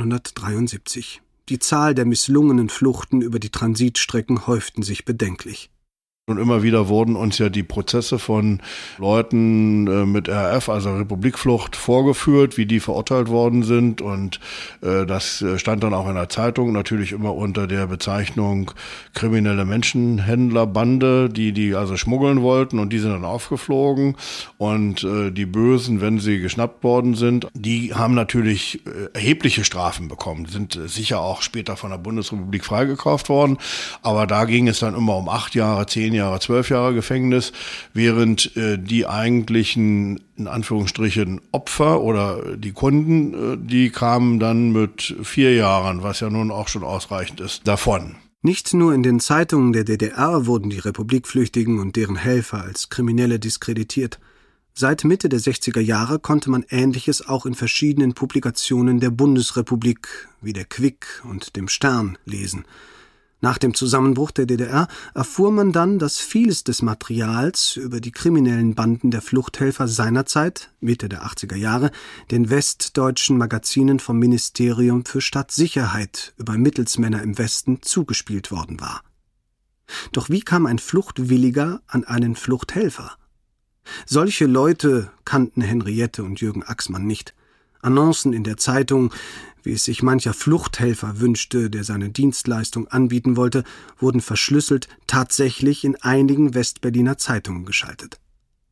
1973. Die Zahl der misslungenen Fluchten über die Transitstrecken häuften sich bedenklich. Und immer wieder wurden uns ja die Prozesse von Leuten mit RF, also Republikflucht, vorgeführt, wie die verurteilt worden sind. Und das stand dann auch in der Zeitung, natürlich immer unter der Bezeichnung kriminelle Menschenhändlerbande, die also schmuggeln wollten, und die sind dann aufgeflogen. Und die Bösen, wenn sie geschnappt worden sind, die haben natürlich erhebliche Strafen bekommen, sind sicher auch später von der Bundesrepublik freigekauft worden. Aber da ging es dann immer um 8 Jahre, 10 Jahre, 12 Jahre Gefängnis, während die eigentlichen, in Anführungsstrichen, Opfer oder die Kunden, die kamen dann mit 4 Jahren, was ja nun auch schon ausreichend ist, davon. Nicht nur in den Zeitungen der DDR wurden die Republikflüchtigen und deren Helfer als Kriminelle diskreditiert, Seit Mitte der 60er Jahre konnte man Ähnliches auch in verschiedenen Publikationen der Bundesrepublik, wie der Quick und dem Stern, lesen. Nach dem Zusammenbruch der DDR erfuhr man dann, dass vieles des Materials über die kriminellen Banden der Fluchthelfer seinerzeit, Mitte der 80er Jahre, den westdeutschen Magazinen vom Ministerium für Stadtsicherheit über Mittelsmänner im Westen zugespielt worden war. Doch wie kam ein Fluchtwilliger an einen Fluchthelfer? Solche Leute kannten Henriette und Jürgen Axmann nicht. Annoncen in der Zeitung, wie es sich mancher Fluchthelfer wünschte, der seine Dienstleistung anbieten wollte, wurden verschlüsselt tatsächlich in einigen Westberliner Zeitungen geschaltet.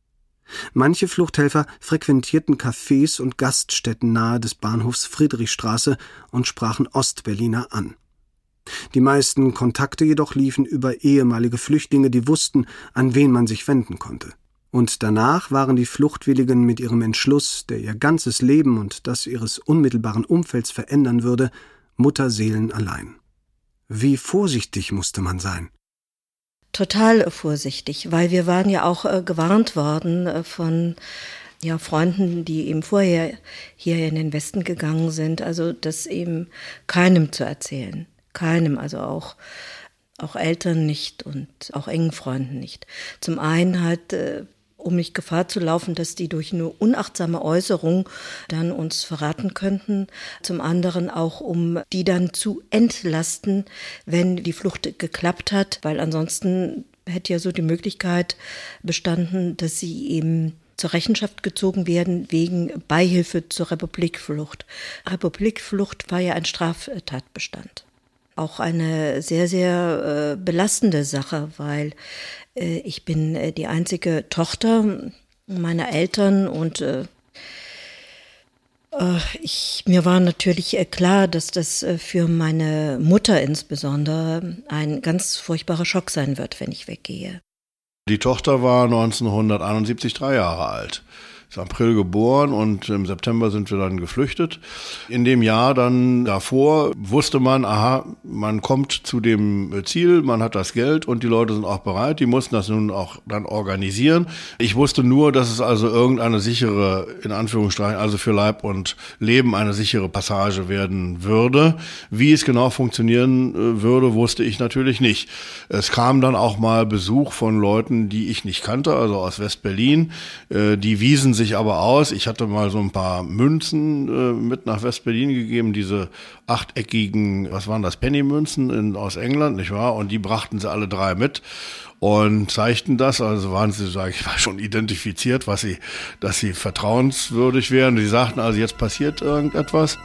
Manche Fluchthelfer frequentierten Cafés und Gaststätten nahe des Bahnhofs Friedrichstraße und sprachen Ostberliner an. Die meisten Kontakte jedoch liefen über ehemalige Flüchtlinge, die wussten, an wen man sich wenden konnte. Und danach waren die Fluchtwilligen mit ihrem Entschluss, der ihr ganzes Leben und das ihres unmittelbaren Umfelds verändern würde, Mutterseelen allein. Wie vorsichtig musste man sein? Total vorsichtig, weil wir waren ja auch gewarnt worden von Freunden, die eben vorher hier in den Westen gegangen sind, also das eben keinem zu erzählen. Keinem, also auch Eltern nicht und auch engen Freunden nicht. Zum einen halt, um nicht Gefahr zu laufen, dass die durch eine unachtsame Äußerung dann uns verraten könnten. Zum anderen auch, um die dann zu entlasten, wenn die Flucht geklappt hat, weil ansonsten hätte ja so die Möglichkeit bestanden, dass sie eben zur Rechenschaft gezogen werden wegen Beihilfe zur Republikflucht. Republikflucht war ja ein Straftatbestand. Auch eine sehr, sehr belastende Sache, weil ich bin die einzige Tochter meiner Eltern und mir war natürlich klar, dass das für meine Mutter insbesondere ein ganz furchtbarer Schock sein wird, wenn ich weggehe. Die Tochter war 1971 3 Jahre alt. Ist im April geboren und im September sind wir dann geflüchtet. In dem Jahr dann davor wusste man, man kommt zu dem Ziel, man hat das Geld und die Leute sind auch bereit. Die mussten das nun auch dann organisieren. Ich wusste nur, dass es also irgendeine sichere, in Anführungsstrichen, also für Leib und Leben eine sichere Passage werden würde. Wie es genau funktionieren würde, wusste ich natürlich nicht. Es kam dann auch mal Besuch von Leuten, die ich nicht kannte, also aus West-Berlin. Die wiesen sich aber aus. Ich hatte mal so ein paar Münzen mit nach West-Berlin gegeben, diese achteckigen, was waren das, Penny-Münzen aus England, nicht wahr? Und die brachten sie alle 3 mit und zeigten das. Also waren sie, sage ich mal, schon identifiziert, dass sie vertrauenswürdig wären. Die sagten also, jetzt passiert irgendetwas.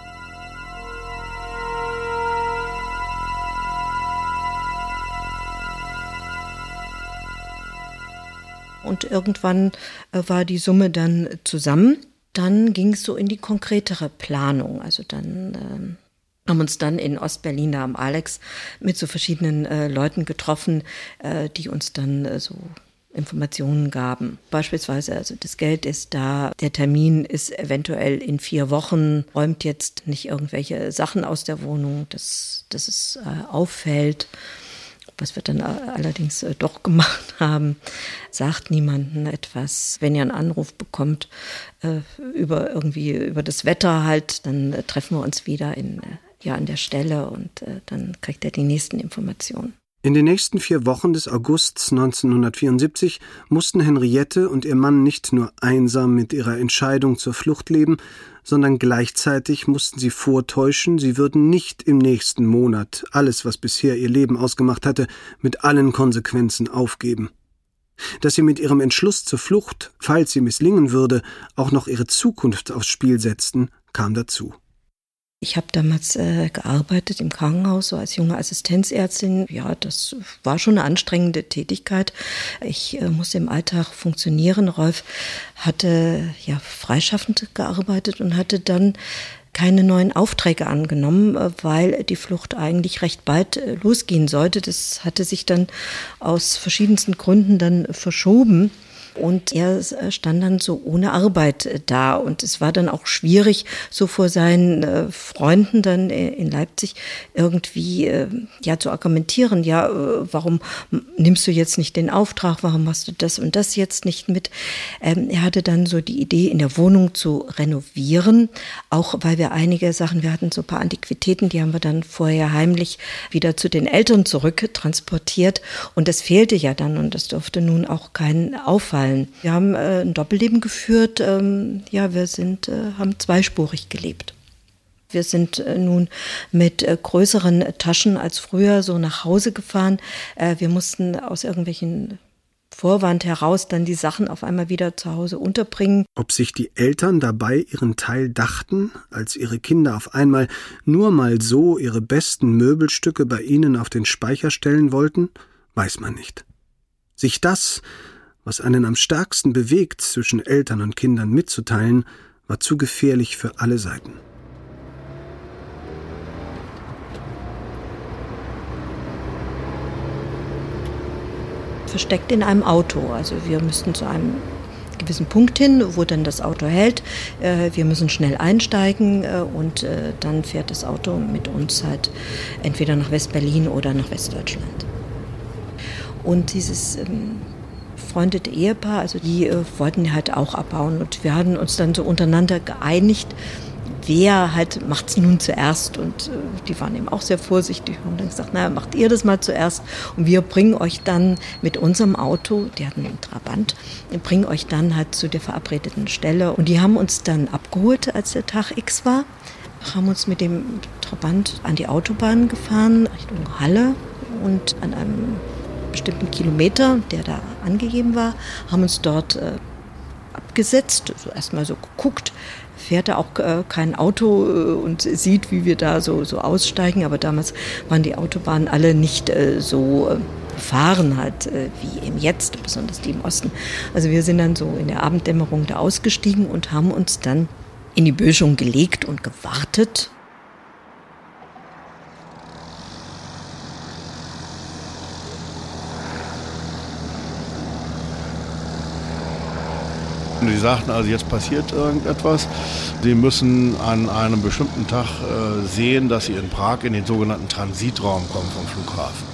Und irgendwann war die Summe dann zusammen. Dann ging es so in die konkretere Planung. Also dann haben uns dann in Ostberlin da am Alex mit so verschiedenen Leuten getroffen, die uns dann so Informationen gaben. Beispielsweise, also das Geld ist da, der Termin ist eventuell in 4 Wochen, räumt jetzt nicht irgendwelche Sachen aus der Wohnung, dass es auffällt. Was wir dann allerdings doch gemacht haben, sagt niemandem etwas. Wenn ihr einen Anruf bekommt über das Wetter halt, dann treffen wir uns wieder an der Stelle und dann kriegt er die nächsten Informationen. In den nächsten 4 Wochen des Augusts 1974 mussten Henriette und ihr Mann nicht nur einsam mit ihrer Entscheidung zur Flucht leben, sondern gleichzeitig mussten sie vortäuschen, sie würden nicht im nächsten Monat alles, was bisher ihr Leben ausgemacht hatte, mit allen Konsequenzen aufgeben. Dass sie mit ihrem Entschluss zur Flucht, falls sie misslingen würde, auch noch ihre Zukunft aufs Spiel setzten, kam dazu. Ich habe damals gearbeitet im Krankenhaus, so als junge Assistenzärztin. Ja, das war schon eine anstrengende Tätigkeit. Ich musste im Alltag funktionieren. Rolf hatte ja freischaffend gearbeitet und hatte dann keine neuen Aufträge angenommen, weil die Flucht eigentlich recht bald losgehen sollte. Das hatte sich dann aus verschiedensten Gründen dann verschoben. Und er stand dann so ohne Arbeit da. Und es war dann auch schwierig, so vor seinen Freunden dann in Leipzig irgendwie zu argumentieren. Ja, warum nimmst du jetzt nicht den Auftrag? Warum machst du das und das jetzt nicht mit? Er hatte dann so die Idee, in der Wohnung zu renovieren. Auch weil wir wir hatten so ein paar Antiquitäten, die haben wir dann vorher heimlich wieder zu den Eltern zurücktransportiert. Und das fehlte ja dann und das durfte nun auch keinen auffallen. Wir haben ein Doppelleben geführt. Wir haben zweispurig gelebt. Wir sind nun mit größeren Taschen als früher so nach Hause gefahren. Wir mussten aus irgendwelchen Vorwand heraus dann die Sachen auf einmal wieder zu Hause unterbringen. Ob sich die Eltern dabei ihren Teil dachten, als ihre Kinder auf einmal nur mal so ihre besten Möbelstücke bei ihnen auf den Speicher stellen wollten, weiß man nicht. Sich das, was einen am stärksten bewegt, zwischen Eltern und Kindern mitzuteilen, war zu gefährlich für alle Seiten. Versteckt in einem Auto. Also wir müssten zu einem gewissen Punkt hin, wo dann das Auto hält. Wir müssen schnell einsteigen und dann fährt das Auto mit uns halt entweder nach West-Berlin oder nach Westdeutschland. Und dieses befreundete Ehepaar, also die wollten halt auch abhauen. Und wir hatten uns dann so untereinander geeinigt, wer halt macht's nun zuerst. Und die waren eben auch sehr vorsichtig und haben dann gesagt, naja, macht ihr das mal zuerst. Und wir bringen euch dann mit unserem Auto, die hatten einen Trabant, bringen euch dann halt zu der verabredeten Stelle. Und die haben uns dann abgeholt, als der Tag X war, haben uns mit dem Trabant an die Autobahn gefahren, Richtung Halle, und an einem bestimmten Kilometer, der da angegeben war, haben uns dort abgesetzt, also erstmal so geguckt, fährt da auch kein Auto und sieht, wie wir da so aussteigen, aber damals waren die Autobahnen alle nicht so befahren halt wie eben jetzt, besonders die im Osten. Also wir sind dann so in der Abenddämmerung da ausgestiegen und haben uns dann in die Böschung gelegt und gewartet. Die sagten also, jetzt passiert irgendetwas. Sie müssen an einem bestimmten Tag sehen, dass sie in Prag in den sogenannten Transitraum kommen vom Flughafen.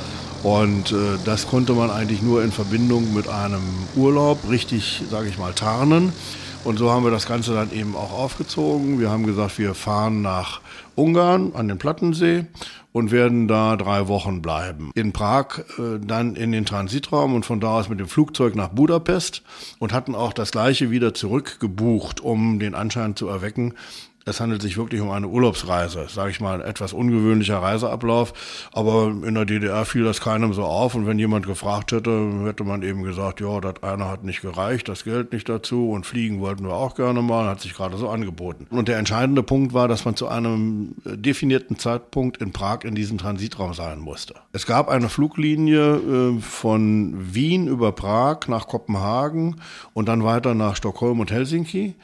Und das konnte man eigentlich nur in Verbindung mit einem Urlaub richtig, sage ich mal, tarnen. Und so haben wir das Ganze dann eben auch aufgezogen. Wir haben gesagt, wir fahren nach Ungarn an den Plattensee und werden da 3 Wochen bleiben. In Prag dann in den Transitraum und von da aus mit dem Flugzeug nach Budapest und hatten auch das Gleiche wieder zurückgebucht, um den Anschein zu erwecken, es handelt sich wirklich um eine Urlaubsreise, sage ich mal, ein etwas ungewöhnlicher Reiseablauf. Aber in der DDR fiel das keinem so auf. Und wenn jemand gefragt hätte, hätte man eben gesagt, ja, das eine hat nicht gereicht, das Geld nicht dazu und fliegen wollten wir auch gerne mal, hat sich gerade so angeboten. Und der entscheidende Punkt war, dass man zu einem definierten Zeitpunkt in Prag in diesem Transitraum sein musste. Es gab eine Fluglinie von Wien über Prag nach Kopenhagen und dann weiter nach Stockholm und Helsinki.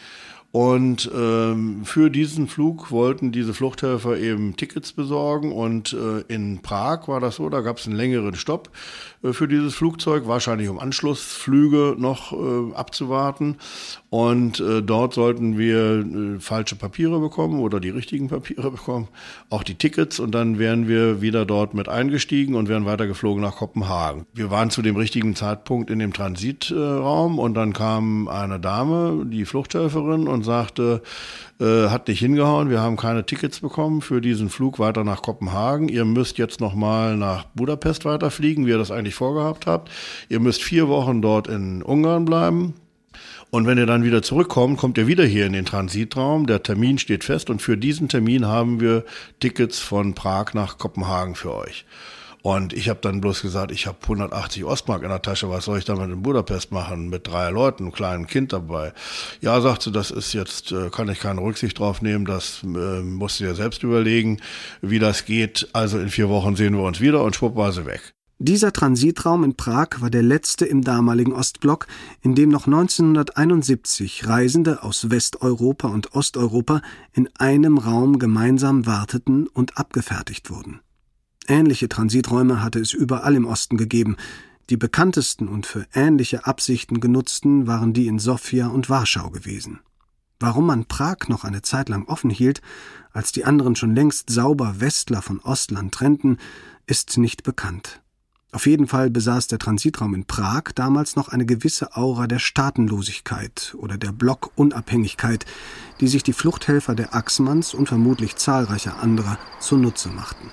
Und für diesen Flug wollten diese Fluchthelfer eben Tickets besorgen und in Prag war das so, da gab es einen längeren Stopp für dieses Flugzeug, wahrscheinlich um Anschlussflüge noch abzuwarten. Und dort sollten wir falsche Papiere bekommen oder die richtigen Papiere bekommen, auch die Tickets, und dann wären wir wieder dort mit eingestiegen und wären weitergeflogen nach Kopenhagen. Wir waren zu dem richtigen Zeitpunkt in dem Transitraum und dann kam eine Dame, die Fluchthelferin, und sagte, hat nicht hingehauen, wir haben keine Tickets bekommen für diesen Flug weiter nach Kopenhagen. Ihr müsst jetzt nochmal nach Budapest weiterfliegen, wie ihr das eigentlich vorgehabt habt. Ihr müsst 4 Wochen dort in Ungarn bleiben. Und wenn ihr dann wieder zurückkommt, kommt ihr wieder hier in den Transitraum. Der Termin steht fest und für diesen Termin haben wir Tickets von Prag nach Kopenhagen für euch. Und ich habe dann bloß gesagt, ich habe 180 Ostmark in der Tasche, was soll ich damit in Budapest machen mit 3 Leuten, einem kleinen Kind dabei? Ja, sagt sie, das ist jetzt, kann ich keine Rücksicht drauf nehmen, das musst du dir selbst überlegen, wie das geht. Also in 4 Wochen sehen wir uns wieder und schwupp war sie weg. Dieser Transitraum in Prag war der letzte im damaligen Ostblock, in dem noch 1971 Reisende aus Westeuropa und Osteuropa in einem Raum gemeinsam warteten und abgefertigt wurden. Ähnliche Transiträume hatte es überall im Osten gegeben. Die bekanntesten und für ähnliche Absichten genutzten waren die in Sofia und Warschau gewesen. Warum man Prag noch eine Zeit lang offen hielt, als die anderen schon längst sauber Westler von Ostland trennten, ist nicht bekannt. Auf jeden Fall besaß der Transitraum in Prag damals noch eine gewisse Aura der Staatenlosigkeit oder der Blockunabhängigkeit, die sich die Fluchthelfer der Axmanns und vermutlich zahlreicher anderer zunutze machten.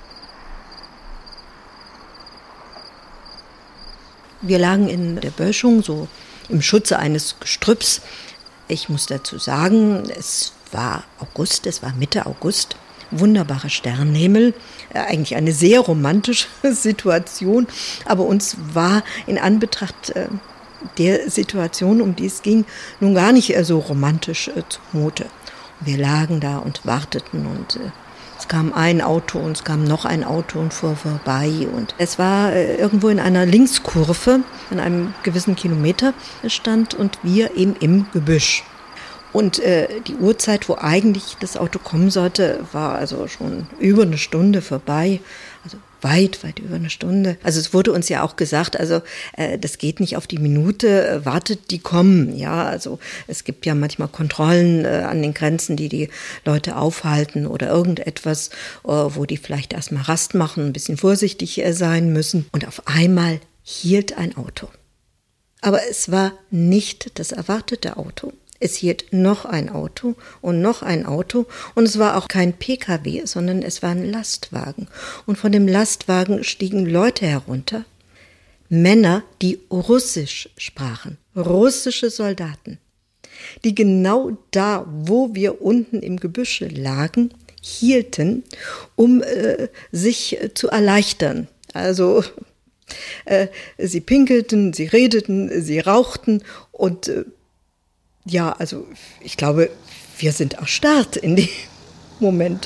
Wir lagen in der Böschung, so im Schutze eines Gestrüpps. Ich muss dazu sagen, es war August, es war Mitte August. Wunderbarer Sternenhimmel, eigentlich eine sehr romantische Situation. Aber uns war in Anbetracht der Situation, um die es ging, nun gar nicht so romantisch zumute. Wir lagen da und warteten und es kam ein Auto und es kam noch ein Auto und fuhr vorbei. Und es war irgendwo in einer Linkskurve, an einem gewissen Kilometer stand und wir eben im Gebüsch. Und die Uhrzeit, wo eigentlich das Auto kommen sollte, war also schon über eine Stunde vorbei. Also weit über eine Stunde. Also es wurde uns ja auch gesagt, also das geht nicht auf die Minute, wartet, die kommen. Ja, also es gibt ja manchmal Kontrollen an den Grenzen, die Leute aufhalten oder irgendetwas, wo die vielleicht erstmal Rast machen, ein bisschen vorsichtig sein müssen. Und auf einmal hielt ein Auto. Aber es war nicht das erwartete Auto. Es hielt noch ein Auto und noch ein Auto und es war auch kein PKW, sondern es war ein Lastwagen. Und von dem Lastwagen stiegen Leute herunter, Männer, die Russisch sprachen, russische Soldaten, die genau da, wo wir unten im Gebüsch lagen, hielten, um sich zu erleichtern. Also sie pinkelten, sie redeten, sie rauchten und ja, also ich glaube, wir sind erstarrt in dem Moment.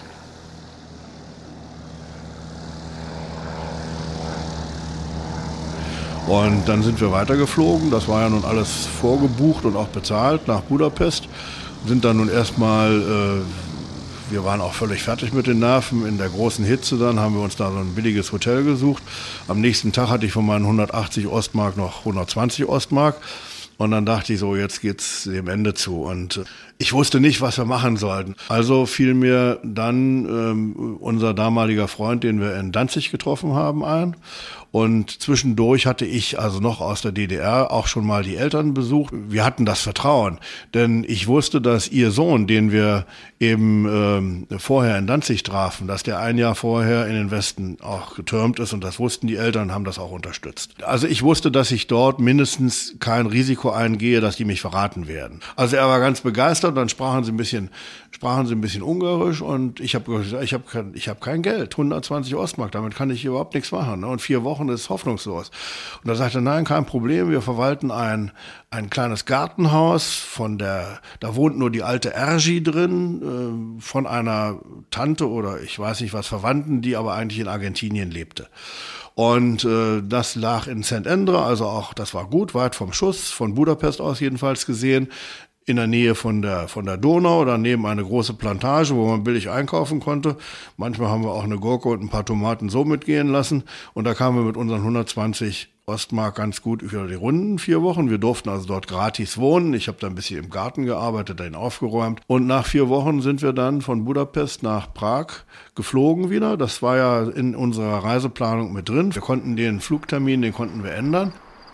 Und dann sind wir weitergeflogen. Das war ja nun alles vorgebucht und auch bezahlt nach Budapest. Sind dann nun erstmal, wir waren auch völlig fertig mit den Nerven. In der großen Hitze dann haben wir uns da so ein billiges Hotel gesucht. Am nächsten Tag hatte ich von meinen 180 Ostmark noch 120 Ostmark. Und dann dachte ich so, jetzt geht's dem Ende zu. Und ich wusste nicht, was wir machen sollten. Also fiel mir dann unser damaliger Freund, den wir in Danzig getroffen haben, ein. Und zwischendurch hatte ich also noch aus der DDR auch schon mal die Eltern besucht. Wir hatten das Vertrauen, denn ich wusste, dass ihr Sohn, den wir eben vorher in Danzig trafen, dass der ein Jahr vorher in den Westen auch getürmt ist und das wussten die Eltern, haben das auch unterstützt. Also ich wusste, dass ich dort mindestens kein Risiko eingehe, dass die mich verraten werden. Also er war ganz begeistert, dann sprachen sie ein bisschen Ungarisch und ich habe gesagt, ich habe kein Geld, 120 Ostmark, damit kann ich überhaupt nichts machen. Und 4 Wochen ist hoffnungslos. Und da sagte er, nein, kein Problem, wir verwalten ein kleines Gartenhaus, da wohnt nur die alte Ergi drin, von einer Tante oder ich weiß nicht was, Verwandten, die aber eigentlich in Argentinien lebte. Und das lag in Szentendre, also auch, das war gut, weit vom Schuss, von Budapest aus jedenfalls gesehen, in der Nähe von der Donau, daneben eine große Plantage, wo man billig einkaufen konnte. Manchmal haben wir auch eine Gurke und ein paar Tomaten so mitgehen lassen. Und da kamen wir mit unseren 120 Ostmark ganz gut über die Runden, 4 Wochen. Wir durften also dort gratis wohnen. Ich habe da ein bisschen im Garten gearbeitet, dahin aufgeräumt. Und nach 4 Wochen sind wir dann von Budapest nach Prag geflogen wieder. Das war ja in unserer Reiseplanung mit drin. Wir konnten den Flugtermin, den konnten wir ändern.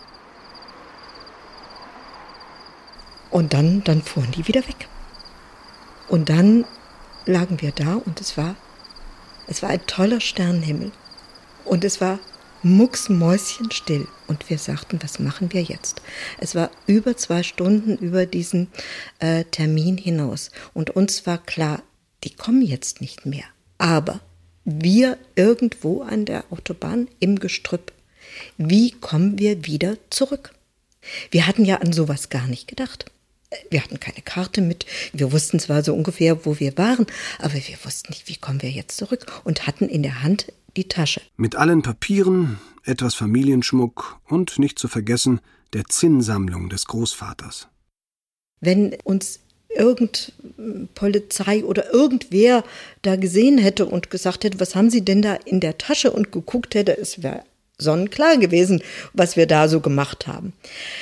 Und dann fuhren die wieder weg. Und dann lagen wir da und es war ein toller Sternenhimmel. Und es war mucksmäuschenstill. Und wir sagten, was machen wir jetzt? Es war über 2 Stunden über diesen Termin hinaus. Und uns war klar, die kommen jetzt nicht mehr. Aber wir irgendwo an der Autobahn im Gestrüpp, wie kommen wir wieder zurück? Wir hatten ja an sowas gar nicht gedacht. Wir hatten keine Karte mit. Wir wussten zwar so ungefähr, wo wir waren, aber wir wussten nicht, wie kommen wir jetzt zurück und hatten in der Hand die Tasche. Mit allen Papieren, etwas Familienschmuck und, nicht zu vergessen, der Zinnsammlung des Großvaters. Wenn uns Polizei oder irgendwer da gesehen hätte und gesagt hätte, was haben Sie denn da in der Tasche und geguckt hätte, es wäre sonnenklar gewesen, was wir da so gemacht haben.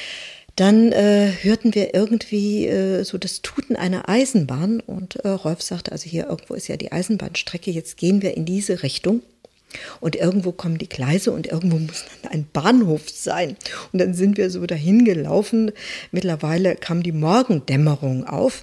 Dann hörten wir irgendwie so das Tuten einer Eisenbahn und Rolf sagte, also hier irgendwo ist ja die Eisenbahnstrecke, jetzt gehen wir in diese Richtung. Und irgendwo kommen die Gleise und irgendwo muss dann ein Bahnhof sein. Und dann sind wir so dahin gelaufen. Mittlerweile kam die Morgendämmerung auf.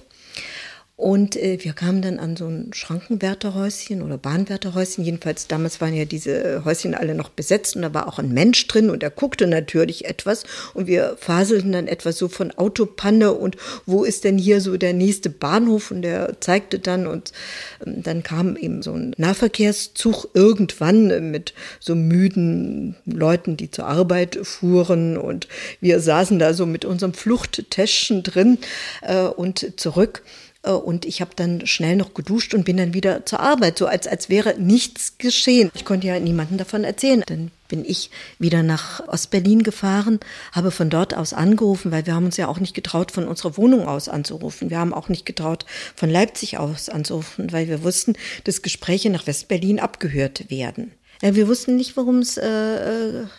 Und wir kamen dann an so ein Schrankenwärterhäuschen oder Bahnwärterhäuschen. Jedenfalls damals waren ja diese Häuschen alle noch besetzt und da war auch ein Mensch drin und er guckte natürlich etwas. Und wir faselten dann etwas so von Autopanne und wo ist denn hier so der nächste Bahnhof? Und der zeigte dann und dann kam eben so ein Nahverkehrszug irgendwann mit so müden Leuten, die zur Arbeit fuhren. Und wir saßen da so mit unserem Fluchttäschchen drin und zurück. Und ich habe dann schnell noch geduscht und bin dann wieder zur Arbeit, so als wäre nichts geschehen. Ich konnte ja niemandem davon erzählen. Dann bin ich wieder nach Ostberlin gefahren, habe von dort aus angerufen, weil wir haben uns ja auch nicht getraut, von unserer Wohnung aus anzurufen. Wir haben auch nicht getraut, von Leipzig aus anzurufen, weil wir wussten, dass Gespräche nach Westberlin abgehört werden. Wir wussten nicht, worum es, wir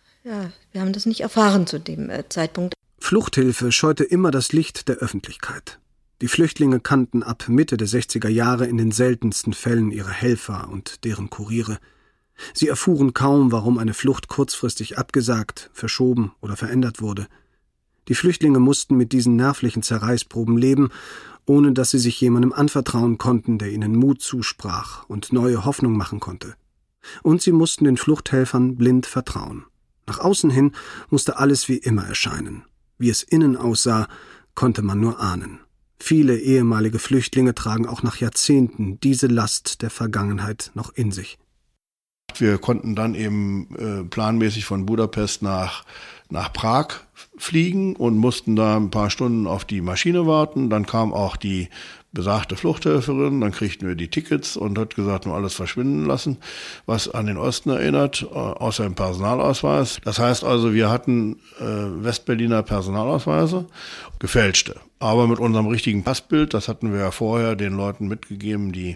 haben das nicht erfahren zu dem Zeitpunkt. Fluchthilfe scheute immer das Licht der Öffentlichkeit. Die Flüchtlinge kannten ab Mitte der 60er Jahre in den seltensten Fällen ihre Helfer und deren Kuriere. Sie erfuhren kaum, warum eine Flucht kurzfristig abgesagt, verschoben oder verändert wurde. Die Flüchtlinge mussten mit diesen nervlichen Zerreißproben leben, ohne dass sie sich jemandem anvertrauen konnten, der ihnen Mut zusprach und neue Hoffnung machen konnte. Und sie mussten den Fluchthelfern blind vertrauen. Nach außen hin musste alles wie immer erscheinen. Wie es innen aussah, konnte man nur ahnen. Viele ehemalige Flüchtlinge tragen auch nach Jahrzehnten diese Last der Vergangenheit noch in sich. Wir konnten dann eben planmäßig von Budapest nach Prag fliegen und mussten da ein paar Stunden auf die Maschine warten. Dann kam auch die besagte Fluchthelferin, dann kriegten wir die Tickets und hat gesagt, nur alles verschwinden lassen, was an den Osten erinnert, außer dem Personalausweis. Das heißt also, wir hatten Westberliner Personalausweise, gefälschte, aber mit unserem richtigen Passbild. Das hatten wir ja vorher den Leuten mitgegeben, die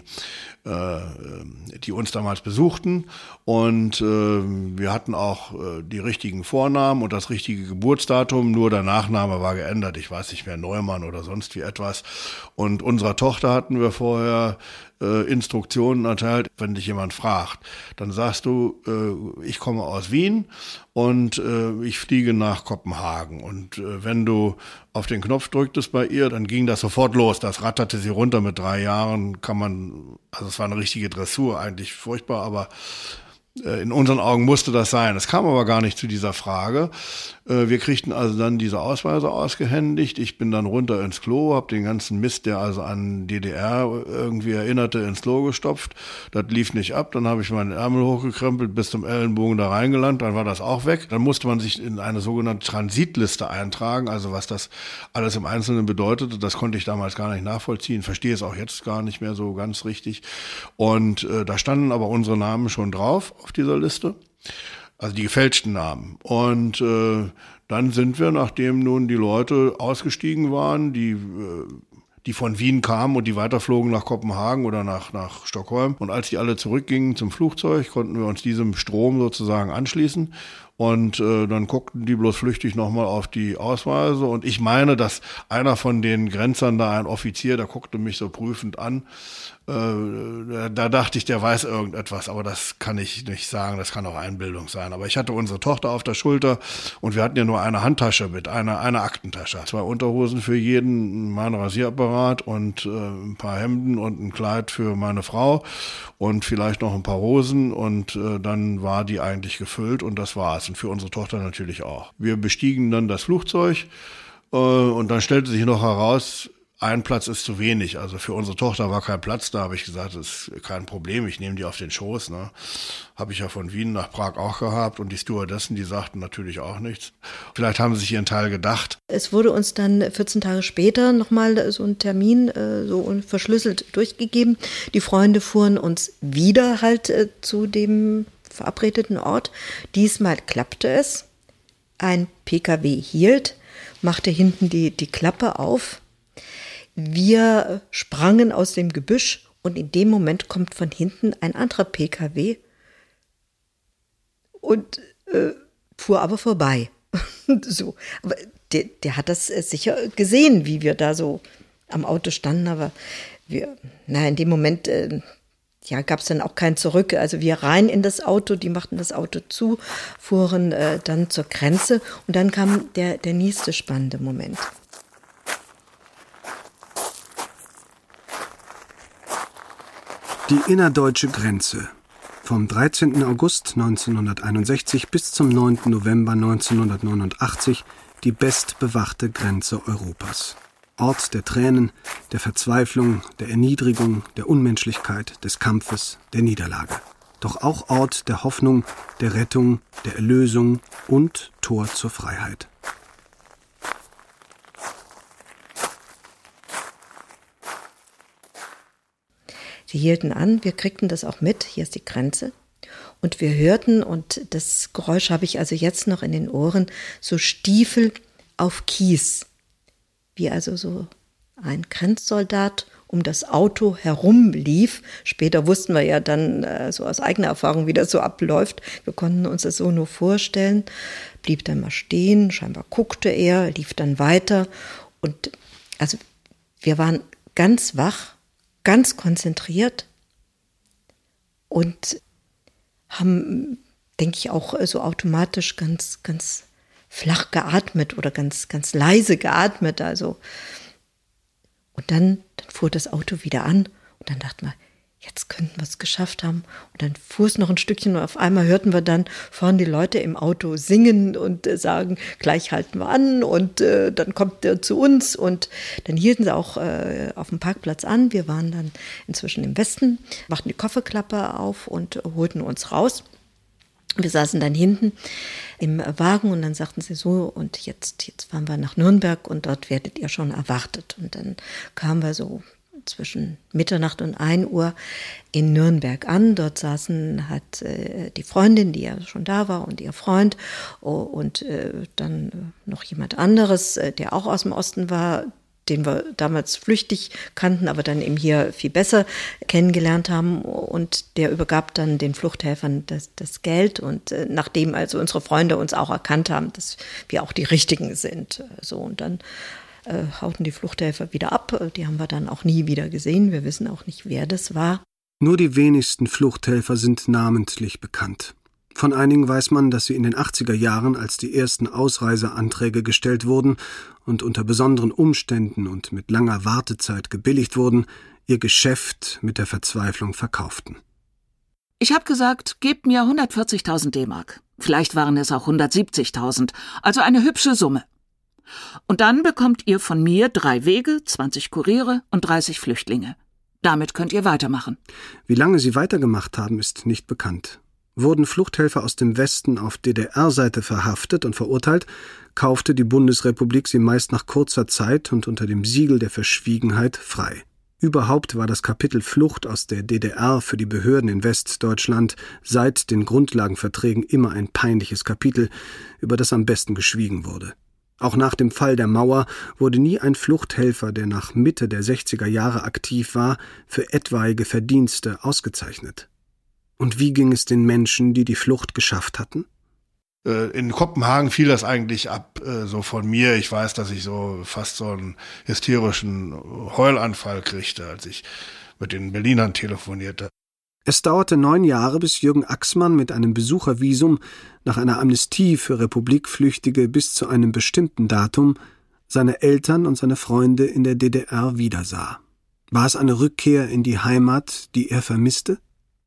uns damals besuchten. Und wir hatten auch die richtigen Vornamen und das richtige Geburtsdatum, nur der Nachname war geändert. Ich weiß nicht mehr, Neumann oder sonst wie etwas. Und unserer Tochter hatten wir vorher Instruktionen erteilt, wenn dich jemand fragt, dann sagst du, ich komme aus Wien und ich fliege nach Kopenhagen. Und wenn du auf den Knopf drücktest bei ihr, dann ging das sofort los. Das ratterte sie runter mit 3 Jahren, also es war eine richtige Dressur, eigentlich furchtbar, aber in unseren Augen musste das sein. Es kam aber gar nicht zu dieser Frage. Wir kriegten also dann diese Ausweise ausgehändigt. Ich bin dann runter ins Klo, habe den ganzen Mist, der also an DDR irgendwie erinnerte, ins Klo gestopft. Das lief nicht ab. Dann habe ich meinen Ärmel hochgekrempelt, bis zum Ellenbogen da reingelangt. Dann war das auch weg. Dann musste man sich in eine sogenannte Transitliste eintragen. Also was das alles im Einzelnen bedeutete, das konnte ich damals gar nicht nachvollziehen. Verstehe es auch jetzt gar nicht mehr so ganz richtig. Und da standen aber unsere Namen schon drauf auf dieser Liste. Also die gefälschten Namen. Und dann sind wir, nachdem nun die Leute ausgestiegen waren, die von Wien kamen und die weiterflogen nach Kopenhagen oder nach Stockholm. Und als die alle zurückgingen zum Flugzeug, konnten wir uns diesem Strom sozusagen anschließen. Und dann guckten die bloß flüchtig nochmal auf die Ausweise. Und ich meine, dass einer von den Grenzern da, ein Offizier, der guckte mich so prüfend an. Da dachte ich, der weiß irgendetwas, aber das kann ich nicht sagen, das kann auch Einbildung sein. Aber ich hatte unsere Tochter auf der Schulter und wir hatten ja nur eine Handtasche mit, eine Aktentasche. 2 Unterhosen für jeden, mein Rasierapparat und ein paar Hemden und ein Kleid für meine Frau und vielleicht noch ein paar Hosen und dann war die eigentlich gefüllt und das war's. Und für unsere Tochter natürlich auch. Wir bestiegen dann das Flugzeug und dann stellte sich noch heraus, ein Platz ist zu wenig. Also für unsere Tochter war kein Platz da, habe ich gesagt, das ist kein Problem, ich nehme die auf den Schoß. Ne? Habe ich ja von Wien nach Prag auch gehabt und die Stewardessen, die sagten natürlich auch nichts. Vielleicht haben sie sich ihren Teil gedacht. Es wurde uns dann 14 Tage später nochmal so ein Termin so verschlüsselt durchgegeben. Die Freunde fuhren uns wieder halt zu dem verabredeten Ort. Diesmal klappte es. Ein PKW hielt, machte hinten die Klappe auf. Wir sprangen aus dem Gebüsch und in dem Moment kommt von hinten ein anderer PKW und fuhr aber vorbei. So. Aber der hat das sicher gesehen, wie wir da so am Auto standen, aber in dem Moment gab es dann auch kein Zurück. Also wir rein in das Auto, die machten das Auto zu, fuhren dann zur Grenze und dann kam der nächste spannende Moment. Die innerdeutsche Grenze. Vom 13. August 1961 bis zum 9. November 1989 die bestbewachte Grenze Europas. Ort der Tränen, der Verzweiflung, der Erniedrigung, der Unmenschlichkeit, des Kampfes, der Niederlage. Doch auch Ort der Hoffnung, der Rettung, der Erlösung und Tor zur Freiheit. Sie hielten an, wir kriegten das auch mit, hier ist die Grenze. Und wir hörten, und das Geräusch habe ich also jetzt noch in den Ohren, so Stiefel auf Kies. Wie also so ein Grenzsoldat um das Auto herumlief. Später wussten wir ja dann so aus eigener Erfahrung, wie das so abläuft. Wir konnten uns das so nur vorstellen. Blieb dann mal stehen, scheinbar guckte er, lief dann weiter. Und also wir waren ganz wach, ganz konzentriert und haben, denke ich, auch so automatisch ganz, ganz flach geatmet oder ganz, ganz leise geatmet. Also. Und dann fuhr das Auto wieder an und dann dachten wir, jetzt könnten wir es geschafft haben. Und dann fuhr es noch ein Stückchen und auf einmal hörten wir dann vorne die Leute im Auto singen und sagen, gleich halten wir an und dann kommt der zu uns. Und dann hielten sie auch auf dem Parkplatz an. Wir waren dann inzwischen im Westen, machten die Kofferklappe auf und holten uns raus. Wir saßen dann hinten im Wagen und dann sagten sie so, und jetzt fahren wir nach Nürnberg und dort werdet ihr schon erwartet. Und dann kamen wir so zwischen Mitternacht und 1 Uhr in Nürnberg an. Dort hat die Freundin, die ja schon da war, und ihr Freund und dann noch jemand anderes, der auch aus dem Osten war, den wir damals flüchtig kannten, aber dann eben hier viel besser kennengelernt haben. Und der übergab dann den Fluchthelfern das Geld. Und nachdem also unsere Freunde uns auch erkannt haben, dass wir auch die Richtigen sind. So, und dann hauten die Fluchthelfer wieder ab. Die haben wir dann auch nie wieder gesehen. Wir wissen auch nicht, wer das war. Nur die wenigsten Fluchthelfer sind namentlich bekannt. Von einigen weiß man, dass sie in den 80er Jahren, als die ersten Ausreiseanträge gestellt wurden und unter besonderen Umständen und mit langer Wartezeit gebilligt wurden, ihr Geschäft mit der Verzweiflung verkauften. Ich habe gesagt, gebt mir 140.000 D-Mark. Vielleicht waren es auch 170.000, also eine hübsche Summe. Und dann bekommt ihr von mir 3 Wege, 20 Kuriere und 30 Flüchtlinge. Damit könnt ihr weitermachen. Wie lange sie weitergemacht haben, ist nicht bekannt. Wurden Fluchthelfer aus dem Westen auf DDR-Seite verhaftet und verurteilt, kaufte die Bundesrepublik sie meist nach kurzer Zeit und unter dem Siegel der Verschwiegenheit frei. Überhaupt war das Kapitel Flucht aus der DDR für die Behörden in Westdeutschland seit den Grundlagenverträgen immer ein peinliches Kapitel, über das am besten geschwiegen wurde. Auch nach dem Fall der Mauer wurde nie ein Fluchthelfer, der nach Mitte der 60er Jahre aktiv war, für etwaige Verdienste ausgezeichnet. Und wie ging es den Menschen, die die Flucht geschafft hatten? In Kopenhagen fiel das eigentlich ab, so von mir. Ich weiß, dass ich so fast so einen hysterischen Heulanfall kriegte, als ich mit den Berlinern telefonierte. Es dauerte 9 Jahre, bis Jürgen Axmann mit einem Besuchervisum nach einer Amnestie für Republikflüchtige bis zu einem bestimmten Datum seine Eltern und seine Freunde in der DDR wiedersah. War es eine Rückkehr in die Heimat, die er vermisste?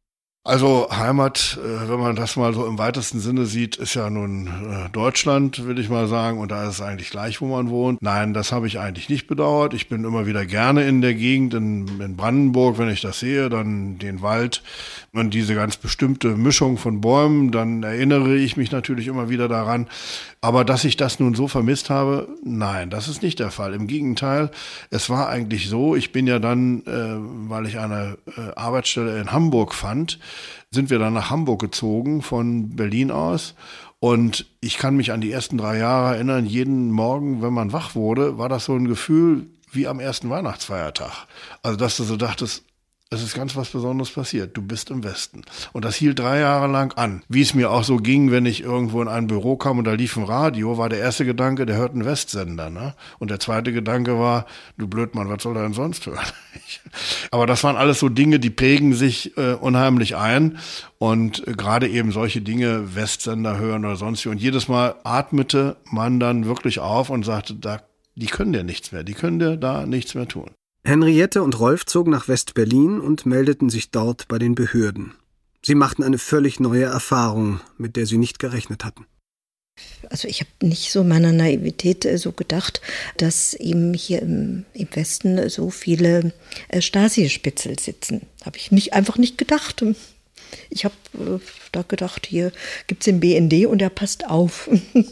Also Heimat, wenn man das mal so im weitesten Sinne sieht, ist ja nun Deutschland, will ich mal sagen, und da ist es eigentlich gleich, wo man wohnt. Nein, das habe ich eigentlich nicht bedauert. Ich bin immer wieder gerne in der Gegend, in Brandenburg, wenn ich das sehe, dann den Wald und diese ganz bestimmte Mischung von Bäumen, dann erinnere ich mich natürlich immer wieder daran. Aber dass ich das nun so vermisst habe, nein, das ist nicht der Fall. Im Gegenteil, es war eigentlich so, ich bin ja dann, weil ich eine Arbeitsstelle in Hamburg fand, sind wir dann nach Hamburg gezogen von Berlin aus. Und ich kann mich an die ersten 3 Jahre erinnern, jeden Morgen, wenn man wach wurde, war das so ein Gefühl wie am ersten Weihnachtsfeiertag. Also dass du so dachtest, es ist ganz was Besonderes passiert. Du bist im Westen. Und das hielt 3 Jahre lang an. Wie es mir auch so ging, wenn ich irgendwo in ein Büro kam und da lief ein Radio, war der erste Gedanke, der hört einen Westsender. Ne? Und der zweite Gedanke war, du Blödmann, was soll er denn sonst hören? Aber das waren alles so Dinge, die prägen sich unheimlich ein. Und gerade eben solche Dinge, Westsender hören oder sonst wie. Und jedes Mal atmete man dann wirklich auf und sagte, die können dir nichts mehr, die können dir da nichts mehr tun. Henriette und Rolf zogen nach West-Berlin und meldeten sich dort bei den Behörden. Sie machten eine völlig neue Erfahrung, mit der sie nicht gerechnet hatten. Also ich habe nicht so in meiner Naivität so gedacht, dass eben hier im Westen so viele Stasi-Spitzel sitzen. Habe ich einfach nicht gedacht. Ich habe da gedacht, hier gibt es den BND und der passt auf.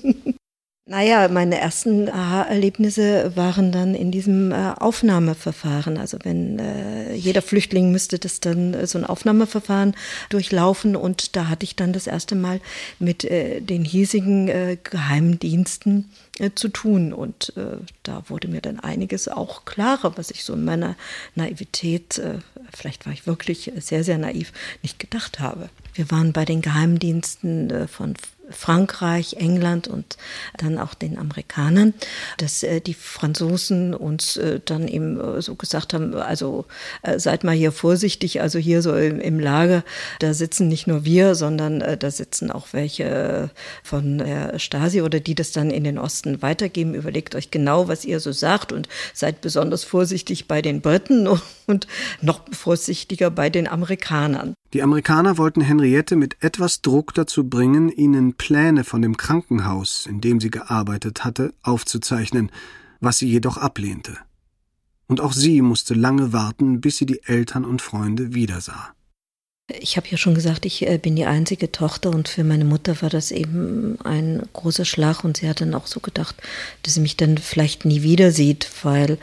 Naja, meine ersten Aha-Erlebnisse waren dann in diesem Aufnahmeverfahren. Also wenn jeder Flüchtling müsste das dann so ein Aufnahmeverfahren durchlaufen und da hatte ich dann das erste Mal mit den hiesigen Geheimdiensten zu tun und da wurde mir dann einiges auch klarer, was ich so in meiner Naivität, vielleicht war ich wirklich sehr, sehr naiv, nicht gedacht habe. Wir waren bei den Geheimdiensten von Frankreich, England und dann auch den Amerikanern, dass die Franzosen uns dann eben so gesagt haben, also seid mal hier vorsichtig, also hier so im Lager, da sitzen nicht nur wir, sondern da sitzen auch welche von der Stasi oder die das dann in den Osten weitergeben. Überlegt euch genau, was ihr so sagt und seid besonders vorsichtig bei den Briten und noch vorsichtiger bei den Amerikanern. Die Amerikaner wollten Henriette mit etwas Druck dazu bringen, ihnen Pläne von dem Krankenhaus, in dem sie gearbeitet hatte, aufzuzeichnen, was sie jedoch ablehnte. Und auch sie musste lange warten, bis sie die Eltern und Freunde wiedersah. Ich habe ja schon gesagt, ich bin die einzige Tochter und für meine Mutter war das eben ein großer Schlag und sie hat dann auch so gedacht, dass sie mich dann vielleicht nie wieder sieht, weil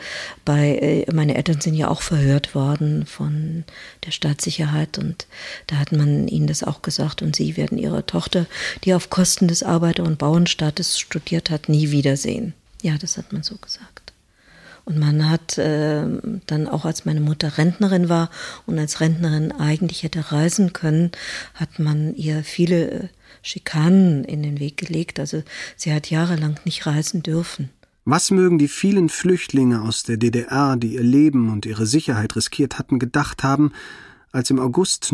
meine Eltern sind ja auch verhört worden von der Staatssicherheit und da hat man ihnen das auch gesagt und sie werden ihre Tochter, die auf Kosten des Arbeiter- und Bauernstaates studiert hat, nie wiedersehen. Ja, das hat man so gesagt. Und man hat dann auch, als meine Mutter Rentnerin war und als Rentnerin eigentlich hätte reisen können, hat man ihr viele Schikanen in den Weg gelegt. Also sie hat jahrelang nicht reisen dürfen. Was mögen die vielen Flüchtlinge aus der DDR, die ihr Leben und ihre Sicherheit riskiert hatten, gedacht haben, als im August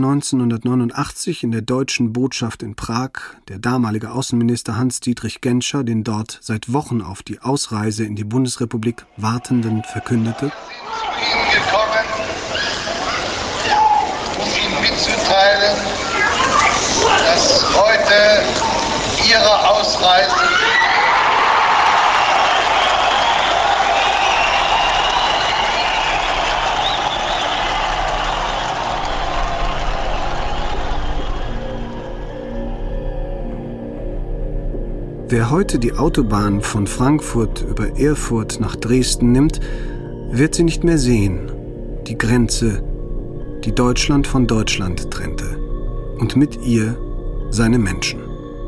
1989 in der deutschen Botschaft in Prag der damalige Außenminister Hans-Dietrich Genscher den dort seit Wochen auf die Ausreise in die Bundesrepublik Wartenden verkündete: Ich bin zu Ihnen gekommen, um Ihnen mitzuteilen, dass heute Ihre Ausreise Wer heute die Autobahn von Frankfurt über Erfurt nach Dresden nimmt, wird sie nicht mehr sehen. Die Grenze, die Deutschland von Deutschland trennte. Und mit ihr seine Menschen.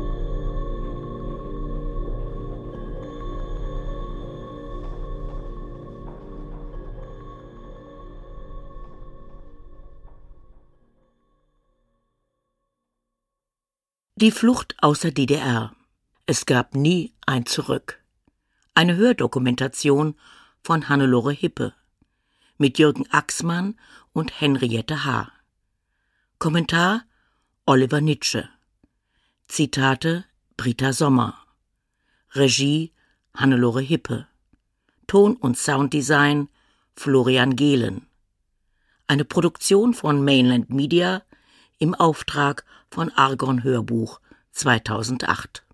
Die Flucht aus der DDR. Es gab nie ein Zurück. Eine Hördokumentation von Hannelore Hippe mit Jürgen Axmann und Henriette H. Kommentar Oliver Nitsche. Zitate Britta Sommer. Regie Hannelore Hippe. Ton- und Sounddesign Florian Gehlen. Eine Produktion von Mainland Media im Auftrag von Argon Hörbuch 2008.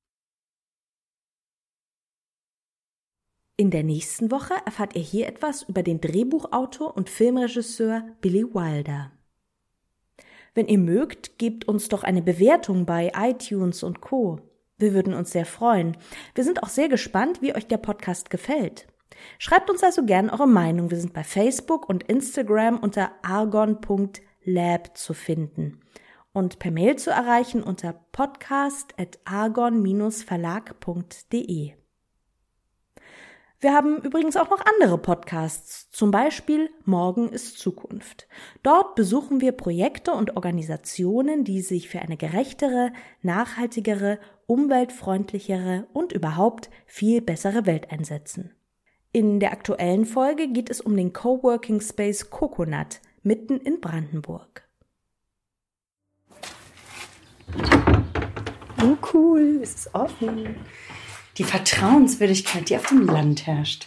In der nächsten Woche erfahrt ihr hier etwas über den Drehbuchautor und Filmregisseur Billy Wilder. Wenn ihr mögt, gebt uns doch eine Bewertung bei iTunes und Co. Wir würden uns sehr freuen. Wir sind auch sehr gespannt, wie euch der Podcast gefällt. Schreibt uns also gern eure Meinung. Wir sind bei Facebook und Instagram unter argon.lab zu finden und per Mail zu erreichen unter podcast@argon-verlag.de. Wir haben übrigens auch noch andere Podcasts, zum Beispiel Morgen ist Zukunft. Dort besuchen wir Projekte und Organisationen, die sich für eine gerechtere, nachhaltigere, umweltfreundlichere und überhaupt viel bessere Welt einsetzen. In der aktuellen Folge geht es um den Coworking Space Coconut mitten in Brandenburg. Oh cool, es ist offen. Die Vertrauenswürdigkeit, die auf dem Land herrscht.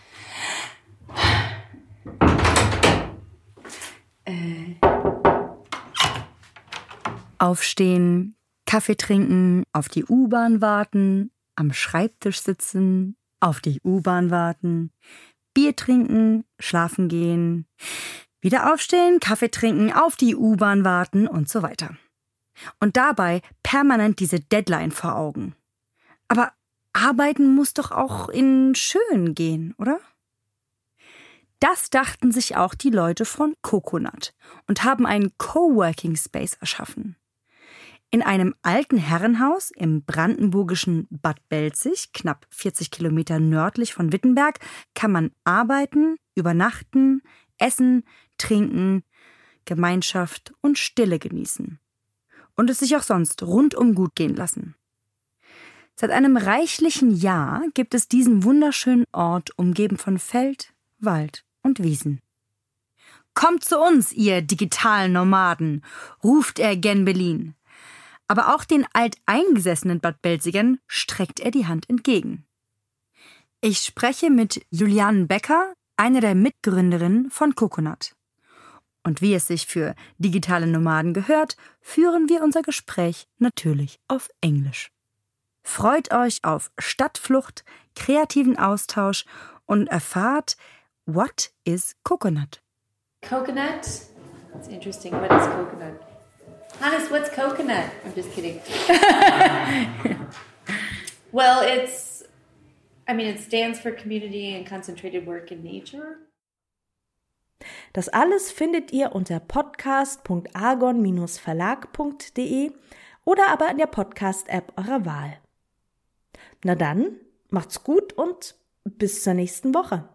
Aufstehen, Kaffee trinken, auf die U-Bahn warten, am Schreibtisch sitzen, auf die U-Bahn warten, Bier trinken, schlafen gehen, wieder aufstehen, Kaffee trinken, auf die U-Bahn warten und so weiter. Und dabei permanent diese Deadline vor Augen. Aber arbeiten muss doch auch in schön gehen, oder? Das dachten sich auch die Leute von Coconut und haben einen Coworking Space erschaffen. In einem alten Herrenhaus im brandenburgischen Bad Belzig, knapp 40 Kilometer nördlich von Wittenberg, kann man arbeiten, übernachten, essen, trinken, Gemeinschaft und Stille genießen. Und es sich auch sonst rundum gut gehen lassen. Seit einem reichlichen Jahr gibt es diesen wunderschönen Ort, umgeben von Feld, Wald und Wiesen. Kommt zu uns, ihr digitalen Nomaden, ruft er gen Berlin. Aber auch den alteingesessenen Bad Belzigern streckt er die Hand entgegen. Ich spreche mit Juliane Becker, einer der Mitgründerinnen von Coconut. Und wie es sich für digitale Nomaden gehört, führen wir unser Gespräch natürlich auf Englisch. Freut euch auf Stadtflucht, kreativen Austausch und erfahrt, what is Coconut? Coconut? It's interesting. What is coconut? Hannes, what's coconut? I'm just kidding. Well, it stands for community and concentrated work in nature. Das alles findet ihr unter podcast.argon-verlag.de oder aber in der Podcast-App eurer Wahl. Na dann, macht's gut und bis zur nächsten Woche.